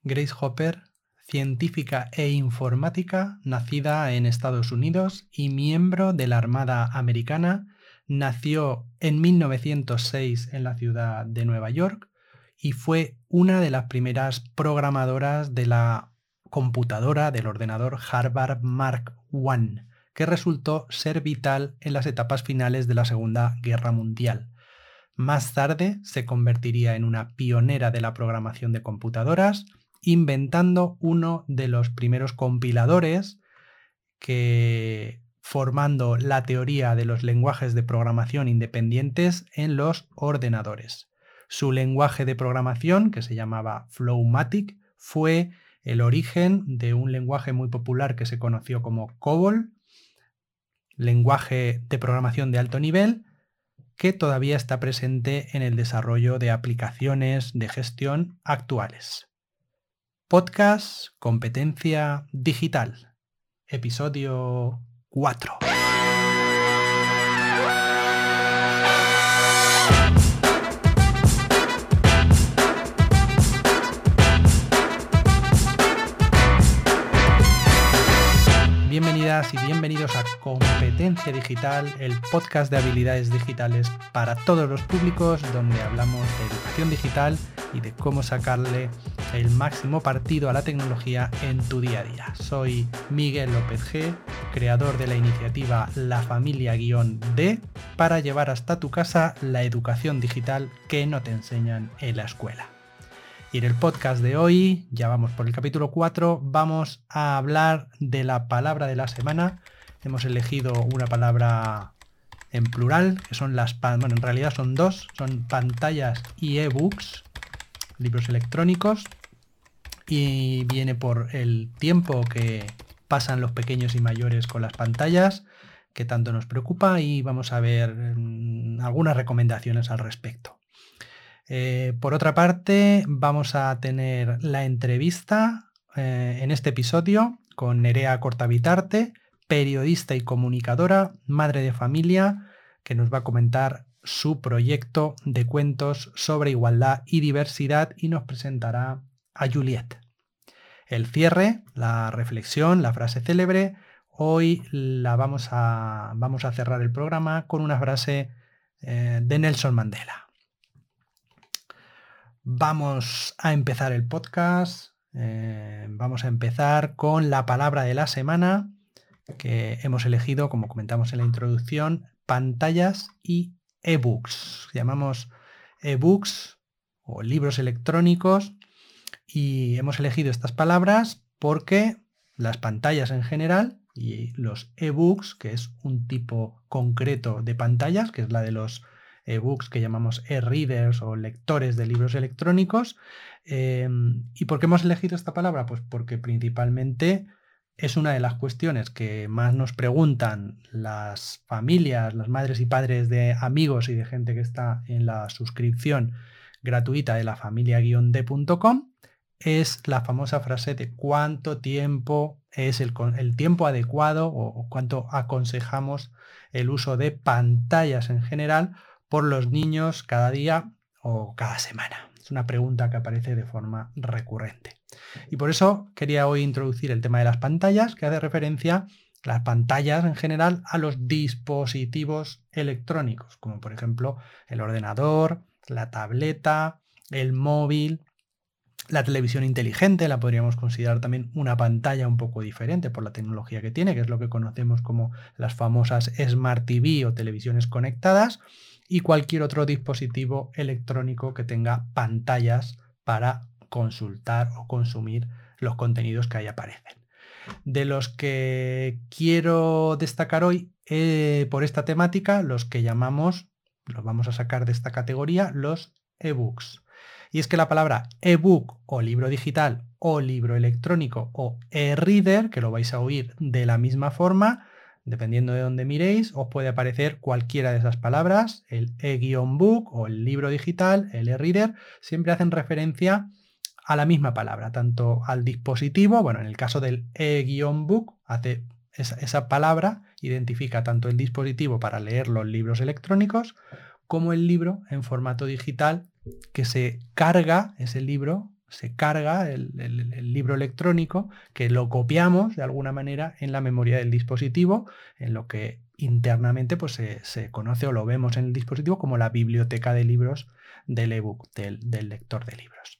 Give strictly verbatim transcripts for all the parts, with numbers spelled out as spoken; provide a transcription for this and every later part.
Grace Hopper, científica e informática, nacida en Estados Unidos y miembro de la Armada Americana, nació en mil novecientos seis en la ciudad de Nueva York y fue una de las primeras programadoras de la computadora del ordenador Harvard Mark uno, que resultó ser vital en las etapas finales de la Segunda Guerra Mundial. Más tarde se convertiría en una pionera de la programación de computadoras, inventando uno de los primeros compiladores que formando la teoría de los lenguajes de programación independientes en los ordenadores. Su lenguaje de programación, que se llamaba Flowmatic, fue el origen de un lenguaje muy popular que se conoció como COBOL, lenguaje de programación de alto nivel, que todavía está presente en el desarrollo de aplicaciones de gestión actuales. Podcast Competencia Digital, episodio cuatro. Bienvenidas y bienvenidos a Competencia Digital, el podcast de habilidades digitales para todos los públicos, donde hablamos de educación digital y de cómo sacarle el máximo partido a la tecnología en tu día a día. Soy Miguel López G, creador de la iniciativa La Familia-D, para llevar hasta tu casa la educación digital que no te enseñan en la escuela. Y en el podcast de hoy, ya vamos por el capítulo cuatro, vamos a hablar de la palabra de la semana. Hemos elegido una palabra en plural, que son las, bueno, en realidad son dos, son pantallas y ebooks, libros electrónicos, y viene por el tiempo que pasan los pequeños y mayores con las pantallas, que tanto nos preocupa, y vamos a ver mmm, algunas recomendaciones al respecto. Eh, por otra parte, vamos a tener la entrevista eh, en este episodio con Nerea Cortavitarte, periodista y comunicadora, madre de familia, que nos va a comentar su proyecto de cuentos sobre igualdad y diversidad y nos presentará a Juliet. El cierre, la reflexión, la frase célebre, hoy la vamos a, vamos a cerrar el programa con una frase eh, de Nelson Mandela. Vamos a empezar el podcast, eh, vamos a empezar con la palabra de la semana que hemos elegido, como comentamos en la introducción, pantallas y ebooks. Llamamos ebooks o libros electrónicos y hemos elegido estas palabras porque las pantallas en general y los ebooks, que es un tipo concreto de pantallas, que es la de los ebooks que llamamos e-readers o lectores de libros electrónicos. Eh, ¿Y por qué hemos elegido esta palabra? Pues porque principalmente es una de las cuestiones que más nos preguntan las familias, las madres y padres de amigos y de gente que está en la suscripción gratuita de la familia D punto com. Es la famosa frase de cuánto tiempo es el, el tiempo adecuado o, o cuánto aconsejamos el uso de pantallas en general por los niños cada día o cada semana. Es una pregunta que aparece de forma recurrente. Y por eso quería hoy introducir el tema de las pantallas, que hace referencia las pantallas en general a los dispositivos electrónicos, como por ejemplo el ordenador, la tableta, el móvil, la televisión inteligente. La podríamos considerar también una pantalla un poco diferente por la tecnología que tiene, que es lo que conocemos como las famosas Smart T V o televisiones conectadas, y cualquier otro dispositivo electrónico que tenga pantallas para consultar o consumir los contenidos que ahí aparecen. De los que quiero destacar hoy eh, por esta temática, los que llamamos, los vamos a sacar de esta categoría, los ebooks. Y es que la palabra ebook o libro digital o libro electrónico o e-reader, que lo vais a oír de la misma forma, dependiendo de dónde miréis, os puede aparecer cualquiera de esas palabras. El e-book o el libro digital, el e-reader, siempre hacen referencia a la misma palabra, tanto al dispositivo, bueno, en el caso del e-book, hace esa, esa palabra identifica tanto el dispositivo para leer los libros electrónicos como el libro en formato digital que se carga, ese libro se carga el, el, el libro electrónico, que lo copiamos de alguna manera en la memoria del dispositivo, en lo que internamente pues, se, se conoce o lo vemos en el dispositivo como la biblioteca de libros del ebook, del, del lector de libros.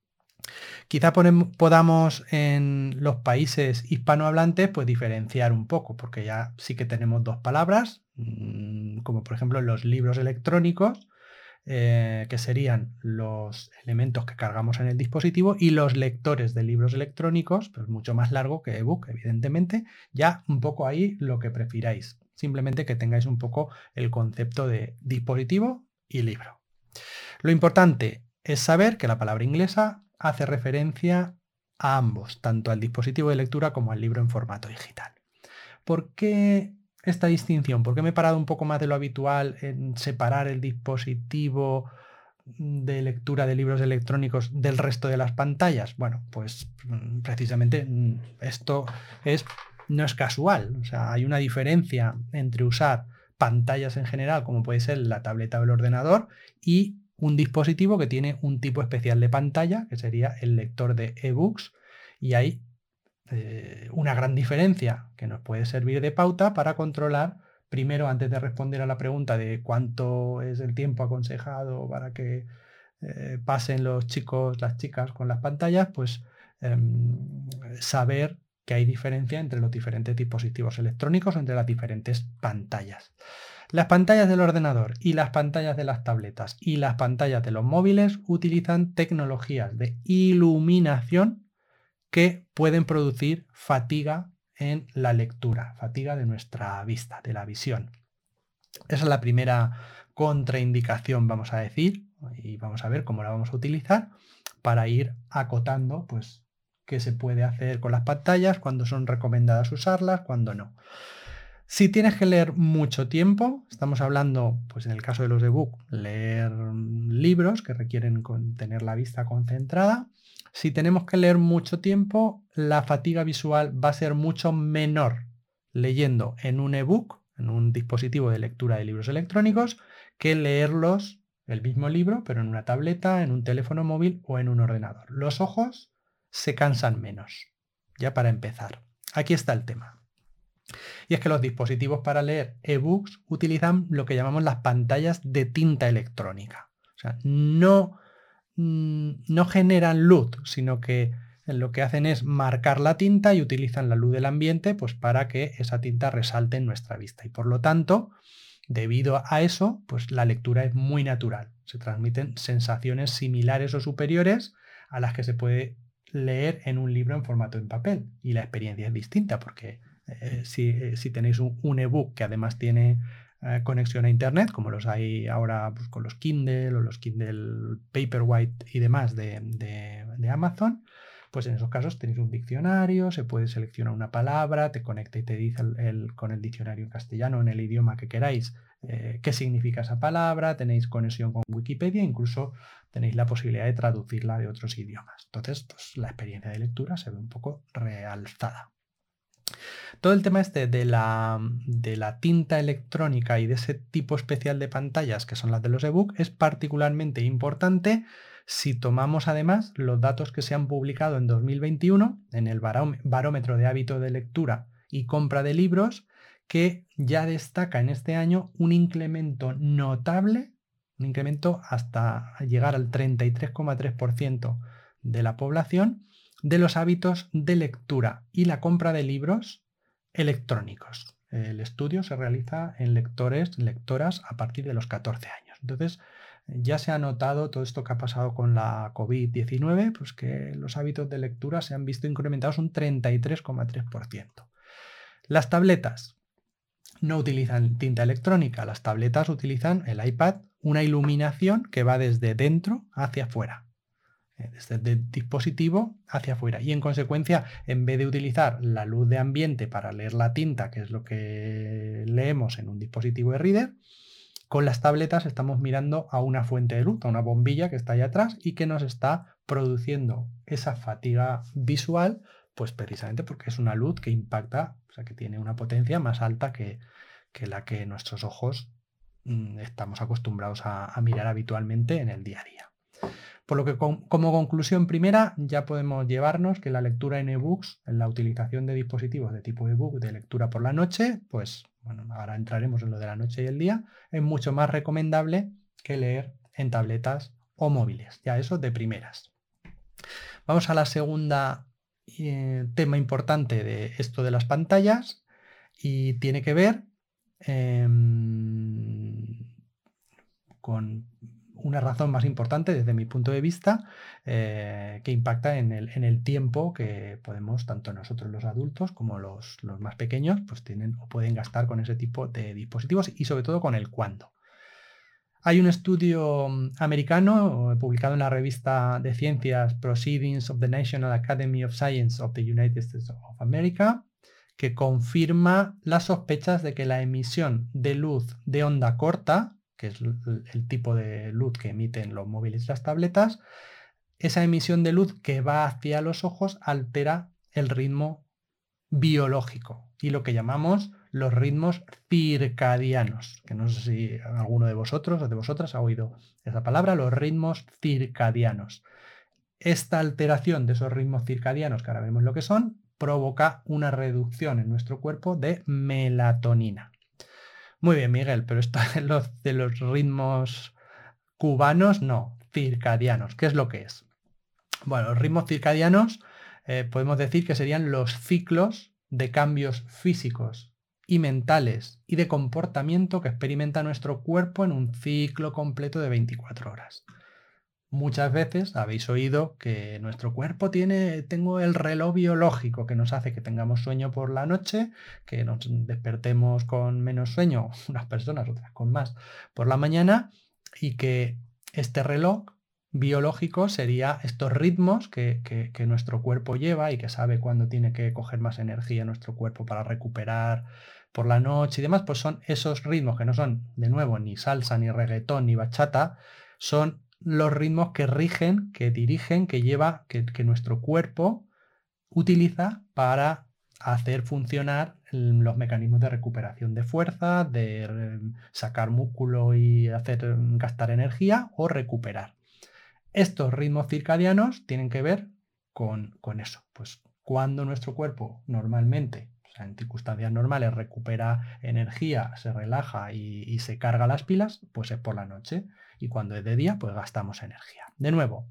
Quizá ponem, podamos en los países hispanohablantes pues diferenciar un poco, porque ya sí que tenemos dos palabras, como por ejemplo los libros electrónicos, eh, que serían los elementos que cargamos en el dispositivo, y los lectores de libros electrónicos, pues mucho más largo que ebook, evidentemente, ya un poco ahí lo que prefiráis, simplemente que tengáis un poco el concepto de dispositivo y libro. Lo importante es saber que la palabra inglesa hace referencia a ambos, tanto al dispositivo de lectura como al libro en formato digital. ¿Por qué esta distinción? ¿Por qué me he parado un poco más de lo habitual en separar el dispositivo de lectura de libros electrónicos del resto de las pantallas? Bueno, pues precisamente esto es, no es casual. O sea, hay una diferencia entre usar pantallas en general, como puede ser la tableta o el ordenador, y un dispositivo que tiene un tipo especial de pantalla, que sería el lector de ebooks, y hay eh, una gran diferencia que nos puede servir de pauta para controlar, primero, antes de responder a la pregunta de cuánto es el tiempo aconsejado para que eh, pasen los chicos, las chicas con las pantallas, pues eh, saber que hay diferencia entre los diferentes dispositivos electrónicos o entre las diferentes pantallas. Las pantallas del ordenador y las pantallas de las tabletas y las pantallas de los móviles utilizan tecnologías de iluminación que pueden producir fatiga en la lectura, fatiga de nuestra vista, de la visión. Esa es la primera contraindicación, vamos a decir, y vamos a ver cómo la vamos a utilizar para ir acotando pues, qué se puede hacer con las pantallas, cuándo son recomendadas usarlas, cuándo no. Si tienes que leer mucho tiempo, estamos hablando, pues en el caso de los ebook, leer libros que requieren tener la vista concentrada. Si tenemos que leer mucho tiempo, la fatiga visual va a ser mucho menor leyendo en un ebook, en un dispositivo de lectura de libros electrónicos, que leerlos, el mismo libro, pero en una tableta, en un teléfono móvil o en un ordenador. Los ojos se cansan menos, ya para empezar. Aquí está el tema. Y es que los dispositivos para leer ebooks utilizan lo que llamamos las pantallas de tinta electrónica. O sea, no, no generan luz, sino que lo que hacen es marcar la tinta y utilizan la luz del ambiente pues, para que esa tinta resalte en nuestra vista. Y por lo tanto, debido a eso, pues la lectura es muy natural. Se transmiten sensaciones similares o superiores a las que se puede leer en un libro en formato en papel. Y la experiencia es distinta porque Eh, si, eh, si tenéis un, un ebook que además tiene eh, conexión a internet, como los hay ahora pues, con los Kindle o los Kindle Paperwhite y demás de, de, de Amazon, pues en esos casos tenéis un diccionario, se puede seleccionar una palabra, te conecta y te dice el, el, con el diccionario en castellano, en el idioma que queráis, eh, qué significa esa palabra, tenéis conexión con Wikipedia, incluso tenéis la posibilidad de traducirla de otros idiomas. Entonces, pues, la experiencia de lectura se ve un poco realzada. Todo el tema este de la, de la tinta electrónica y de ese tipo especial de pantallas que son las de los ebook es particularmente importante si tomamos además los datos que se han publicado en dos mil veintiuno en el barómetro de hábito de lectura y compra de libros, que ya destaca en este año un incremento notable, un incremento hasta llegar al treinta y tres coma tres por ciento de la población, de los hábitos de lectura y la compra de libros electrónicos. El estudio se realiza en lectores, lectoras a partir de los catorce años. Entonces, ya se ha notado todo esto que ha pasado con la covid diecinueve, pues que los hábitos de lectura se han visto incrementados un treinta y tres coma tres por ciento. Las tabletas no utilizan tinta electrónica, las tabletas utilizan el iPad, una iluminación que va desde dentro hacia afuera, desde el dispositivo hacia afuera, y en consecuencia, en vez de utilizar la luz de ambiente para leer la tinta, que es lo que leemos en un dispositivo de reader, con las tabletas estamos mirando a una fuente de luz, a una bombilla que está ahí atrás y que nos está produciendo esa fatiga visual, pues precisamente porque es una luz que impacta, o sea, que tiene una potencia más alta que, que la que nuestros ojos mmm, estamos acostumbrados a, a mirar habitualmente en el día a día. Por lo que con, como conclusión primera ya podemos llevarnos que la lectura en ebooks, en la utilización de dispositivos de tipo ebook de lectura por la noche, pues bueno, ahora entraremos en lo de la noche y el día, es mucho más recomendable que leer en tabletas o móviles, ya eso de primeras. Vamos a la segunda eh, tema importante de esto de las pantallas y tiene que ver eh, con una razón más importante desde mi punto de vista eh, que impacta en el, en el tiempo que podemos, tanto nosotros los adultos como los, los más pequeños, pues tienen o pueden gastar con ese tipo de dispositivos y sobre todo con el cuándo. Hay un estudio americano publicado en la revista de ciencias Proceedings of the National Academy of Science of the United States of America que confirma las sospechas de que la emisión de luz de onda corta, que es el tipo de luz que emiten los móviles y las tabletas, esa emisión de luz que va hacia los ojos altera el ritmo biológico y lo que llamamos los ritmos circadianos, que no sé si alguno de vosotros o de vosotras ha oído esa palabra, los ritmos circadianos. Esta alteración de esos ritmos circadianos, que ahora vemos lo que son, provoca una reducción en nuestro cuerpo de melatonina. Muy bien, Miguel, pero esto de los, de los ritmos cubanos, no, circadianos. ¿Qué es lo que es? Bueno, los ritmos circadianos eh, podemos decir que serían los ciclos de cambios físicos y mentales y de comportamiento que experimenta nuestro cuerpo en un ciclo completo de veinticuatro horas. Muchas veces habéis oído que nuestro cuerpo tiene, tengo el reloj biológico que nos hace que tengamos sueño por la noche, que nos despertemos con menos sueño, unas personas, otras con más, por la mañana, y que este reloj biológico sería estos ritmos que, que, que nuestro cuerpo lleva y que sabe cuándo tiene que coger más energía nuestro cuerpo para recuperar por la noche y demás, pues son esos ritmos que no son, de nuevo, ni salsa, ni reggaetón, ni bachata, son los ritmos que rigen, que dirigen, que lleva, que, que nuestro cuerpo utiliza para hacer funcionar los mecanismos de recuperación de fuerza, de sacar músculo y hacer gastar energía o recuperar. Estos ritmos circadianos tienen que ver con, con eso, pues cuando nuestro cuerpo normalmente, o sea, en circunstancias normales, recupera energía, se relaja y, y se carga las pilas, pues es por la noche. Y cuando es de día, pues gastamos energía. De nuevo,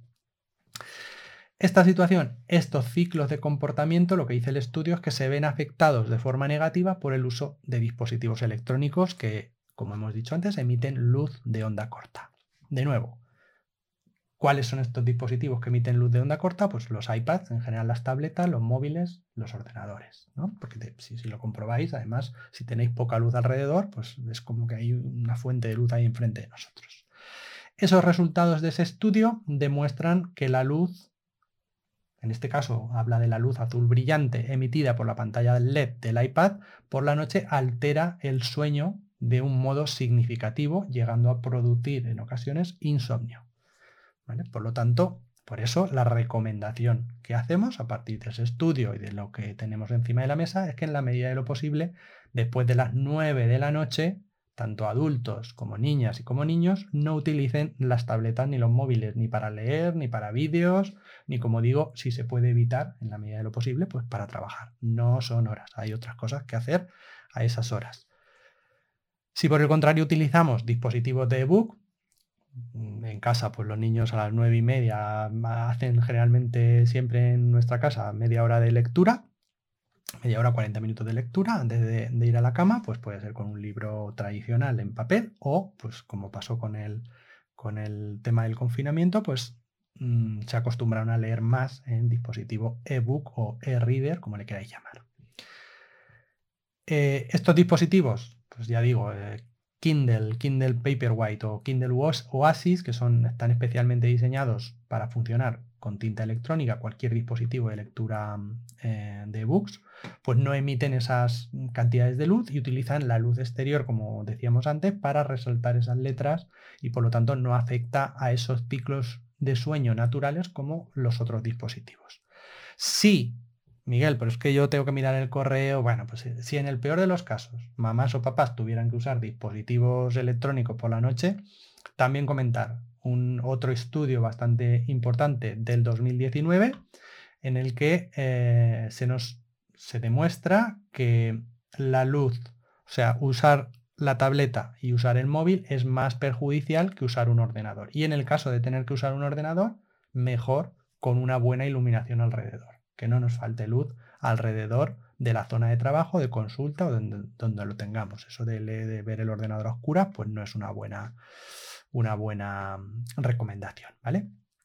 esta situación, estos ciclos de comportamiento, lo que dice el estudio es que se ven afectados de forma negativa por el uso de dispositivos electrónicos que, como hemos dicho antes, emiten luz de onda corta. De nuevo, ¿cuáles son estos dispositivos que emiten luz de onda corta? Pues los iPads, en general las tabletas, los móviles, los ordenadores, ¿no? Porque te, si, si lo comprobáis, además, si tenéis poca luz alrededor, pues es como que hay una fuente de luz ahí enfrente de nosotros. Esos resultados de ese estudio demuestran que la luz, en este caso habla de la luz azul brillante emitida por la pantalla del L E D del iPad, por la noche altera el sueño de un modo significativo, llegando a producir en ocasiones insomnio. ¿Vale? Por lo tanto, por eso la recomendación que hacemos a partir de ese estudio y de lo que tenemos encima de la mesa es que en la medida de lo posible, después de las nueve de la noche, tanto adultos como niñas y como niños no utilicen las tabletas ni los móviles ni para leer, ni para vídeos, ni, como digo, si se puede evitar en la medida de lo posible, pues para trabajar. No son horas, hay otras cosas que hacer a esas horas. Si por el contrario utilizamos dispositivos de ebook, en casa, pues los niños a las nueve y media hacen generalmente siempre en nuestra casa media hora de lectura, media hora, cuarenta minutos de lectura antes de, de ir a la cama, pues puede ser con un libro tradicional en papel o, pues como pasó con el, con el tema del confinamiento, pues mmm, se acostumbraron a leer más en dispositivo ebook o e-reader, como le queráis llamar. Eh, estos dispositivos, pues ya digo, eh, Kindle, Kindle Paperwhite o Kindle Oasis, que son, están especialmente diseñados para funcionar con tinta electrónica, cualquier dispositivo de lectura eh, de ebooks, pues no emiten esas cantidades de luz y utilizan la luz exterior, como decíamos antes, para resaltar esas letras y por lo tanto no afecta a esos ciclos de sueño naturales como los otros dispositivos. Sí, Miguel, pero es que yo tengo que mirar el correo. Bueno, pues si en el peor de los casos mamás o papás tuvieran que usar dispositivos electrónicos por la noche, también comentar, un otro estudio bastante importante del dos mil diecinueve en el que eh, se nos se demuestra que la luz, o sea, usar la tableta y usar el móvil es más perjudicial que usar un ordenador. Y en el caso de tener que usar un ordenador, mejor con una buena iluminación alrededor, que no nos falte luz alrededor de la zona de trabajo, de consulta o donde, donde lo tengamos. Eso de, de ver el ordenador a oscuras, pues no es una buena, una buena recomendación, ¿vale?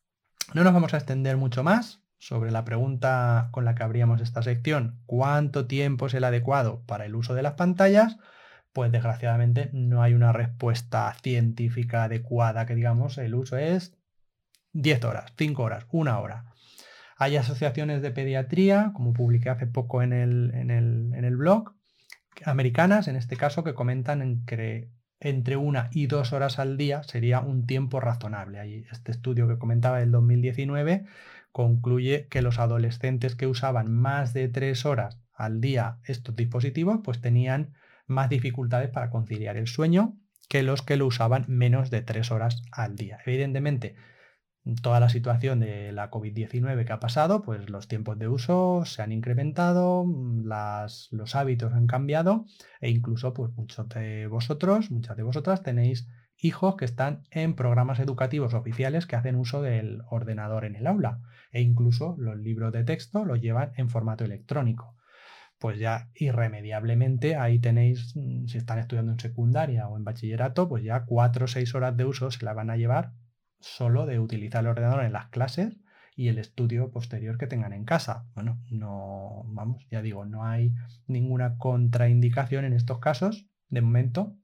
No nos vamos a extender mucho más sobre la pregunta con la que abríamos esta sección, ¿cuánto tiempo es el adecuado para el uso de las pantallas? Pues desgraciadamente no hay una respuesta científica adecuada que digamos el uso es diez horas, cinco horas, una hora. Hay asociaciones de pediatría, como publiqué hace poco en el, en el, en el blog, americanas en este caso, que comentan entre, entre una y dos horas al día sería un tiempo razonable. Ahí este estudio que comentaba del dos mil diecinueve concluye que los adolescentes que usaban más de tres horas al día estos dispositivos pues tenían más dificultades para conciliar el sueño que los que lo usaban menos de tres horas al día. Evidentemente, toda la situación de la COVID diecinueve que ha pasado, pues los tiempos de uso se han incrementado, las, los hábitos han cambiado e incluso pues muchos de vosotros, muchas de vosotras tenéis hijos que están en programas educativos oficiales que hacen uso del ordenador en el aula e incluso los libros de texto los llevan en formato electrónico. Pues ya irremediablemente ahí tenéis, si están estudiando en secundaria o en bachillerato, pues ya cuatro o seis horas de uso se la van a llevar solo de utilizar el ordenador en las clases y el estudio posterior que tengan en casa. Bueno, no, vamos, ya digo, no hay ninguna contraindicación en estos casos, de momento,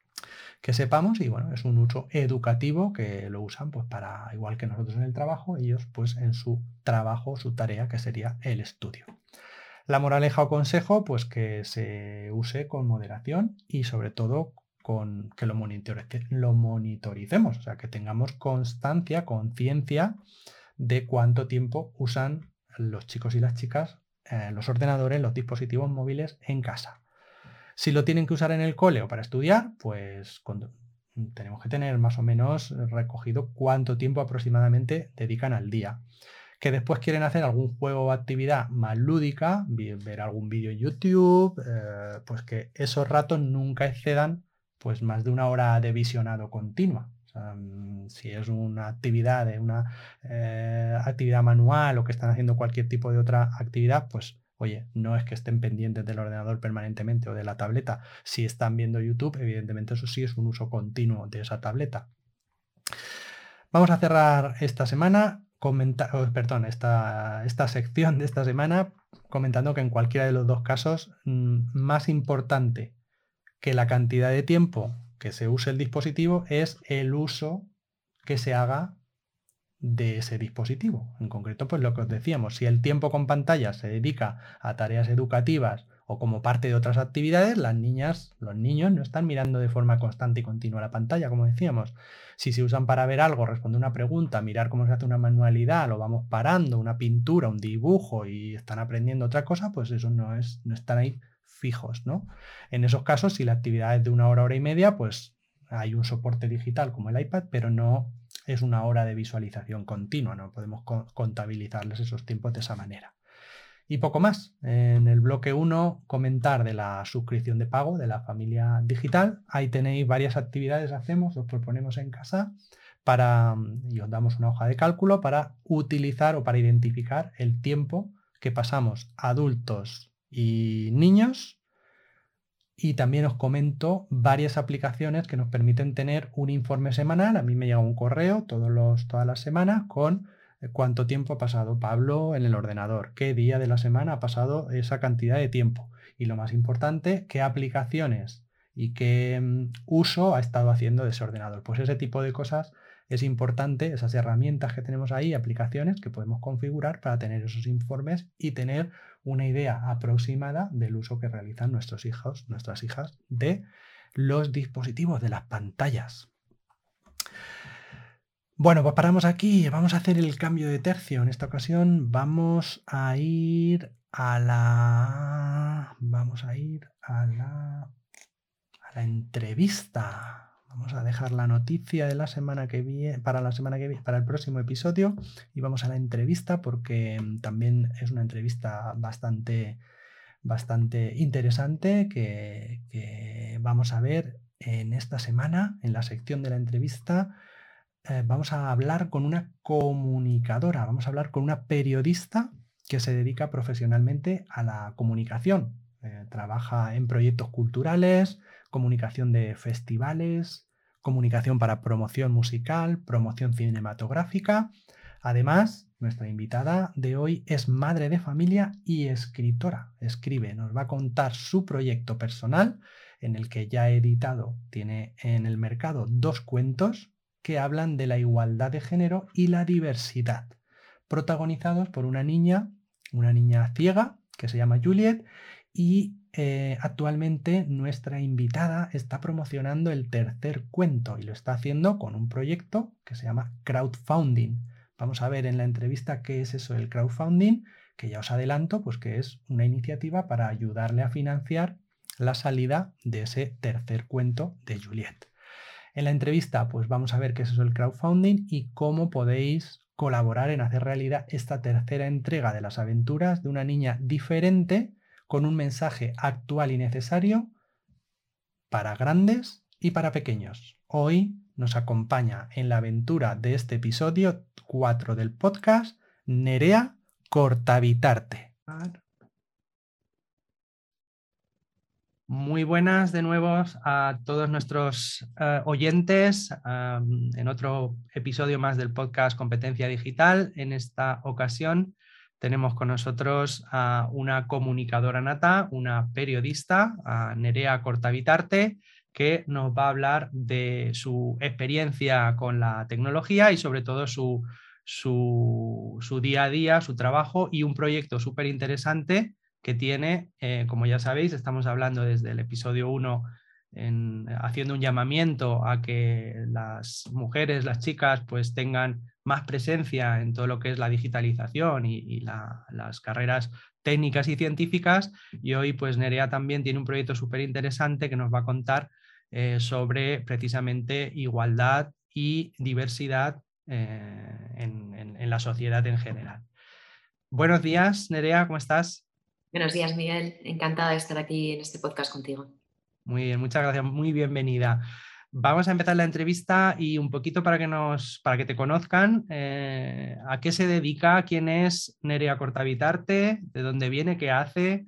que sepamos, y bueno, es un uso educativo que lo usan pues para, igual que nosotros en el trabajo, ellos pues en su trabajo, su tarea, que sería el estudio. La moraleja o consejo, pues que se use con moderación y sobre todo con que lo, monitorice, lo monitoricemos, o sea, que tengamos constancia, conciencia de cuánto tiempo usan los chicos y las chicas eh, los ordenadores, los dispositivos móviles en casa. Si lo tienen que usar en el cole o para estudiar, pues cuando, tenemos que tener más o menos recogido cuánto tiempo aproximadamente dedican al día. Que después quieren hacer algún juego o actividad más lúdica, ver algún vídeo en YouTube, eh, pues que esos ratos nunca excedan pues más de una hora de visionado continua. O sea, si es una actividad de una eh, actividad manual o que están haciendo cualquier tipo de otra actividad, pues oye, no es que estén pendientes del ordenador permanentemente o de la tableta. Si están viendo YouTube, evidentemente eso sí es un uso continuo de esa tableta. Vamos a cerrar esta semana, comenta oh, perdón, esta, esta sección de esta semana comentando que en cualquiera de los dos casos, mmm, más importante que la cantidad de tiempo que se use el dispositivo es el uso que se haga de ese dispositivo. En concreto, pues lo que os decíamos, si el tiempo con pantalla se dedica a tareas educativas o como parte de otras actividades, las niñas, los niños no están mirando de forma constante y continua la pantalla, como decíamos. Si se usan para ver algo, responder una pregunta, mirar cómo se hace una manualidad, lo vamos parando, una pintura, un dibujo y están aprendiendo otra cosa, pues eso no es, no están ahí fijos, ¿no? En esos casos, si la actividad es de una hora, hora y media, pues hay un soporte digital como el iPad, pero no es una hora de visualización continua, no podemos contabilizarles esos tiempos de esa manera. Y poco más. En el bloque uno, comentar de la suscripción de pago de la familia digital. Ahí tenéis varias actividades que hacemos, os proponemos en casa para, y os damos una hoja de cálculo para utilizar o para identificar el tiempo que pasamos adultos y niños. Y también os comento varias aplicaciones que nos permiten tener un informe semanal. A mí me llega un correo todos los, todas las semanas con cuánto tiempo ha pasado Pablo en el ordenador, qué día de la semana ha pasado esa cantidad de tiempo. Y lo más importante, qué aplicaciones y qué um, uso ha estado haciendo de ese ordenador. Pues ese tipo de cosas es importante, esas herramientas que tenemos ahí, aplicaciones que podemos configurar para tener esos informes y tener una idea aproximada del uso que realizan nuestros hijos, nuestras hijas de los dispositivos, de las pantallas. Bueno, pues paramos aquí, vamos a hacer el cambio de tercio. En esta ocasión vamos a ir a la... Vamos a ir a la... A la entrevista. Vamos a dejar la noticia de la semana que viene, para la semana que viene, para el próximo episodio, y vamos a la entrevista porque también es una entrevista bastante, bastante interesante que, que vamos a ver en esta semana, en la sección de la entrevista. Eh, vamos a hablar con una comunicadora, vamos a hablar con una periodista que se dedica profesionalmente a la comunicación. Eh, trabaja en proyectos culturales, comunicación de festivales, comunicación para promoción musical, promoción cinematográfica. Además, nuestra invitada de hoy es madre de familia y escritora. Escribe, nos va a contar su proyecto personal en el que ya ha editado, tiene en el mercado dos cuentos que hablan de la igualdad de género y la diversidad, protagonizados por una niña, una niña ciega que se llama Juliet, y eh, actualmente nuestra invitada está promocionando el tercer cuento y lo está haciendo con un proyecto que se llama crowdfunding. Vamos a ver en la entrevista qué es eso del crowdfunding, que ya os adelanto, pues que es una iniciativa para ayudarle a financiar la salida de ese tercer cuento de Juliet. En la entrevista, pues vamos a ver qué es eso el crowdfunding y cómo podéis colaborar en hacer realidad esta tercera entrega de las aventuras de una niña diferente con un mensaje actual y necesario para grandes y para pequeños. Hoy nos acompaña en la aventura de este episodio cuatro del podcast Nerea Cortavitarte. Muy buenas de nuevo a todos nuestros uh, oyentes um, en otro episodio más del podcast Competencia Digital. En esta ocasión tenemos con nosotros a una comunicadora nata, una periodista, a Nerea Cortavitarte, que nos va a hablar de su experiencia con la tecnología y sobre todo su, su, su día a día, su trabajo y un proyecto súper interesante que tiene, eh, como ya sabéis, estamos hablando desde el episodio uno, en, haciendo un llamamiento a que las mujeres, las chicas, pues tengan más presencia en todo lo que es la digitalización y, y la, las carreras técnicas y científicas. Y hoy, pues Nerea también tiene un proyecto súper interesante que nos va a contar eh, sobre precisamente igualdad y diversidad eh, en, en, en la sociedad en general. Buenos días, Nerea, ¿cómo estás? Buenos días, Miguel. Encantada de estar aquí en este podcast contigo. Muy bien, muchas gracias, muy bienvenida. Vamos a empezar la entrevista y un poquito para que, nos, para que te conozcan, eh, ¿a qué se dedica? ¿Quién es Nerea Cortavitarte? ¿De dónde viene? ¿Qué hace?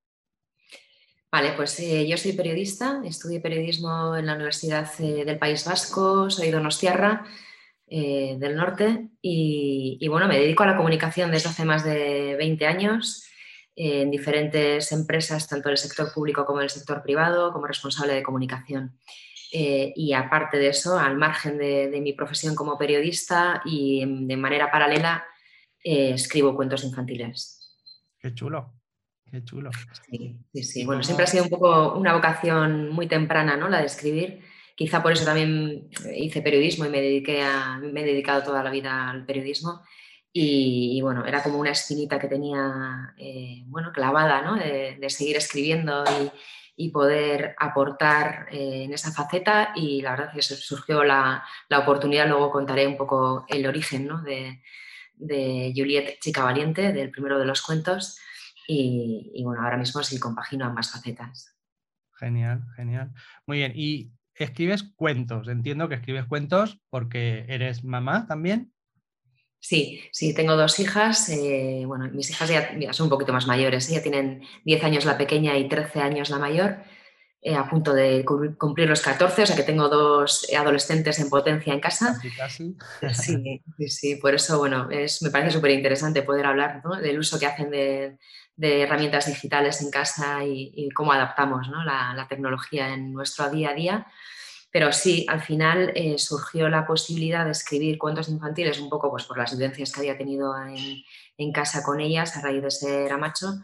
Vale, pues eh, yo soy periodista, estudié periodismo en la Universidad eh, del País Vasco, soy donostiarra eh, del norte y, y bueno, me dedico a la comunicación desde hace más de veinte años eh, en diferentes empresas, tanto en el sector público como en el sector privado, como responsable de comunicación. Eh, y aparte de eso, al margen de, de mi profesión como periodista y de manera paralela, eh, escribo cuentos infantiles. Qué chulo, qué chulo. Sí, sí, sí. ¿Y Bueno, cómo? siempre ha sido un poco una vocación muy temprana, ¿no? La de escribir. Quizá por eso también hice periodismo y me dediqué a, me he dedicado toda la vida al periodismo. Y, y bueno, era como una espinita que tenía, eh, bueno, clavada, ¿no? De, de seguir escribiendo y, y poder aportar eh, en esa faceta. Y la verdad es que surgió la, la oportunidad. Luego contaré un poco el origen, ¿no? de, de Juliet Chica Valiente, del primero de los cuentos. Y, y bueno, ahora mismo sí compagino ambas facetas. Genial, genial. Muy bien, y escribes cuentos. Entiendo que escribes cuentos porque eres mamá también. Sí, sí, tengo dos hijas. Eh, bueno, mis hijas ya, ya son un poquito más mayores, ¿eh? Ya tienen diez años la pequeña y trece años la mayor, eh, a punto de cumplir los catorce, o sea que tengo dos adolescentes en potencia en casa. Casi, casi. Sí, sí, sí, por eso, bueno, es, me parece súper interesante poder hablar, ¿no? Del uso que hacen de, de herramientas digitales en casa y, y cómo adaptamos, ¿no? la, la tecnología en nuestro día a día. Pero sí, al final eh, surgió la posibilidad de escribir cuentos infantiles un poco pues, por las vivencias que había tenido en, en casa con ellas a raíz de ser amacho.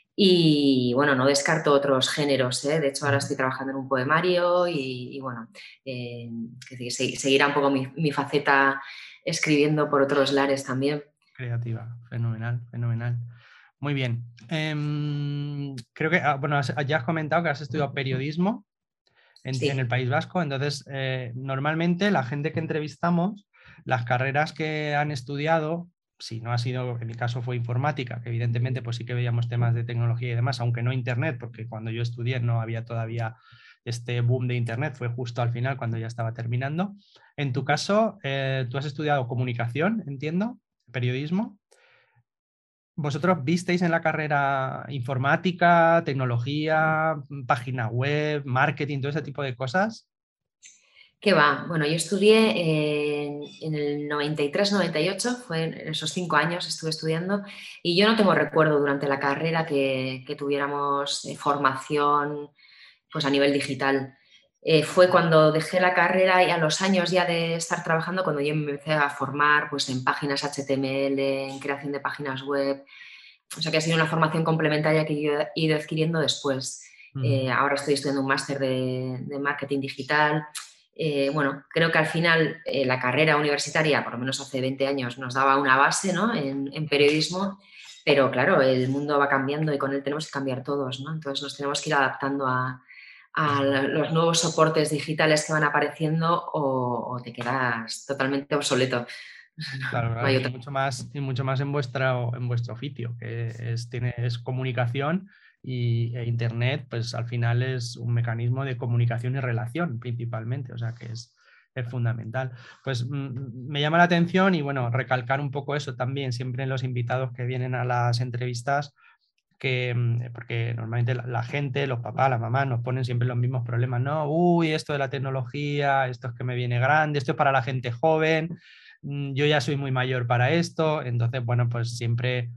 Y bueno, no descarto otros géneros, ¿eh? De hecho, ahora estoy trabajando en un poemario y, y bueno, eh, seguirá un poco mi, mi faceta escribiendo por otros lares también. Creativa, fenomenal, fenomenal. Muy bien. Eh, creo que, ah, bueno, ya has comentado que has estudiado periodismo. en, en Sí. el País Vasco. Entonces, eh, normalmente la gente que entrevistamos, las carreras que han estudiado, si no ha sido, en mi caso fue informática, que evidentemente pues sí que veíamos temas de tecnología y demás, aunque no internet, porque cuando yo estudié no había todavía este boom de internet, fue justo al final cuando ya estaba terminando. En tu caso, eh, tú has estudiado comunicación, entiendo, periodismo. ¿Vosotros visteis en la carrera informática, tecnología, página web, marketing, todo ese tipo de cosas? ¿Qué va? Bueno, yo estudié en, en el noventa y tres noventa y ocho, fue en esos cinco años estuve estudiando, y yo no tengo recuerdo durante la carrera que, que tuviéramos eh, formación pues, a nivel digital. Eh, fue cuando dejé la carrera y a los años ya de estar trabajando, cuando yo me empecé a formar pues, en páginas H T M L, en creación de páginas web. O sea que ha sido una formación complementaria que yo he ido adquiriendo después. Mm. Eh, ahora estoy estudiando un máster de, de marketing digital. Eh, bueno, creo que al final eh, la carrera universitaria, por lo menos hace veinte años, nos daba una base, ¿no? en, en periodismo, pero claro, el mundo va cambiando y con él tenemos que cambiar todos, ¿no? Entonces nos tenemos que ir adaptando a, a los nuevos soportes digitales que van apareciendo o, o te quedas totalmente obsoleto. Claro, No claro, hay y otra. mucho más, y mucho más en, vuestra, en vuestro oficio, que es, tiene, es comunicación y e Internet, pues al final es un mecanismo de comunicación y relación principalmente, o sea que es, es fundamental. Pues mm, me llama la atención y bueno, recalcar un poco eso también, siempre en los invitados que vienen a las entrevistas, que, mm, porque normalmente la, la gente, los papás, las mamás nos ponen siempre los mismos problemas, ¿no? Uy, esto de la tecnología, esto es que me viene grande, esto es para la gente joven, mm, yo ya soy muy mayor para esto, entonces, bueno, pues siempre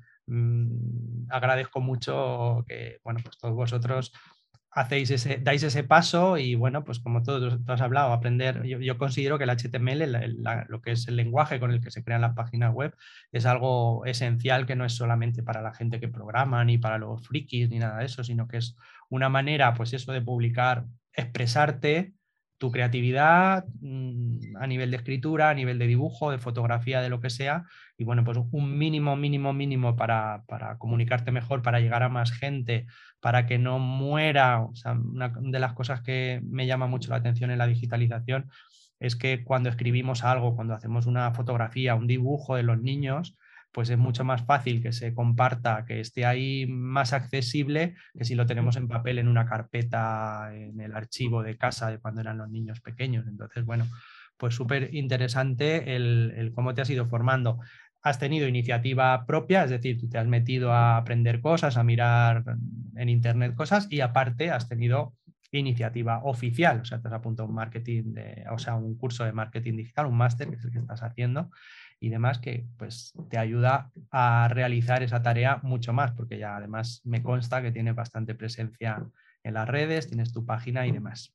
mm, agradezco mucho que, bueno, pues todos vosotros hacéis ese, dais ese paso y bueno, pues como todos tú has hablado, aprender, yo, yo considero que el H T M L, la- la- lo que es el lenguaje con el que se crean las páginas web, es algo esencial que no es solamente para la gente que programa, ni para los frikis, ni nada de eso, sino que es una manera, pues eso, de publicar, expresarte tu creatividad mmm, a nivel de escritura, a nivel de dibujo, de fotografía, de lo que sea, y bueno, pues un mínimo, mínimo, mínimo para, para comunicarte mejor, para llegar a más gente, para que no muera. O sea, una de las cosas que me llama mucho la atención en la digitalización es que cuando escribimos algo, cuando hacemos una fotografía, un dibujo de los niños, pues es mucho más fácil que se comparta, que esté ahí más accesible que si lo tenemos en papel en una carpeta, en el archivo de casa de cuando eran los niños pequeños. Entonces, bueno, pues súper interesante el, el cómo te has ido formando. Has tenido iniciativa propia, es decir, tú te has metido a aprender cosas, a mirar en internet cosas y aparte has tenido iniciativa oficial, o sea, te has apuntado un marketing, de, o sea, un curso de marketing digital, un máster, que es el que estás haciendo y demás, que pues te ayuda a realizar esa tarea mucho más, porque ya además me consta que tienes bastante presencia en las redes, tienes tu página y demás.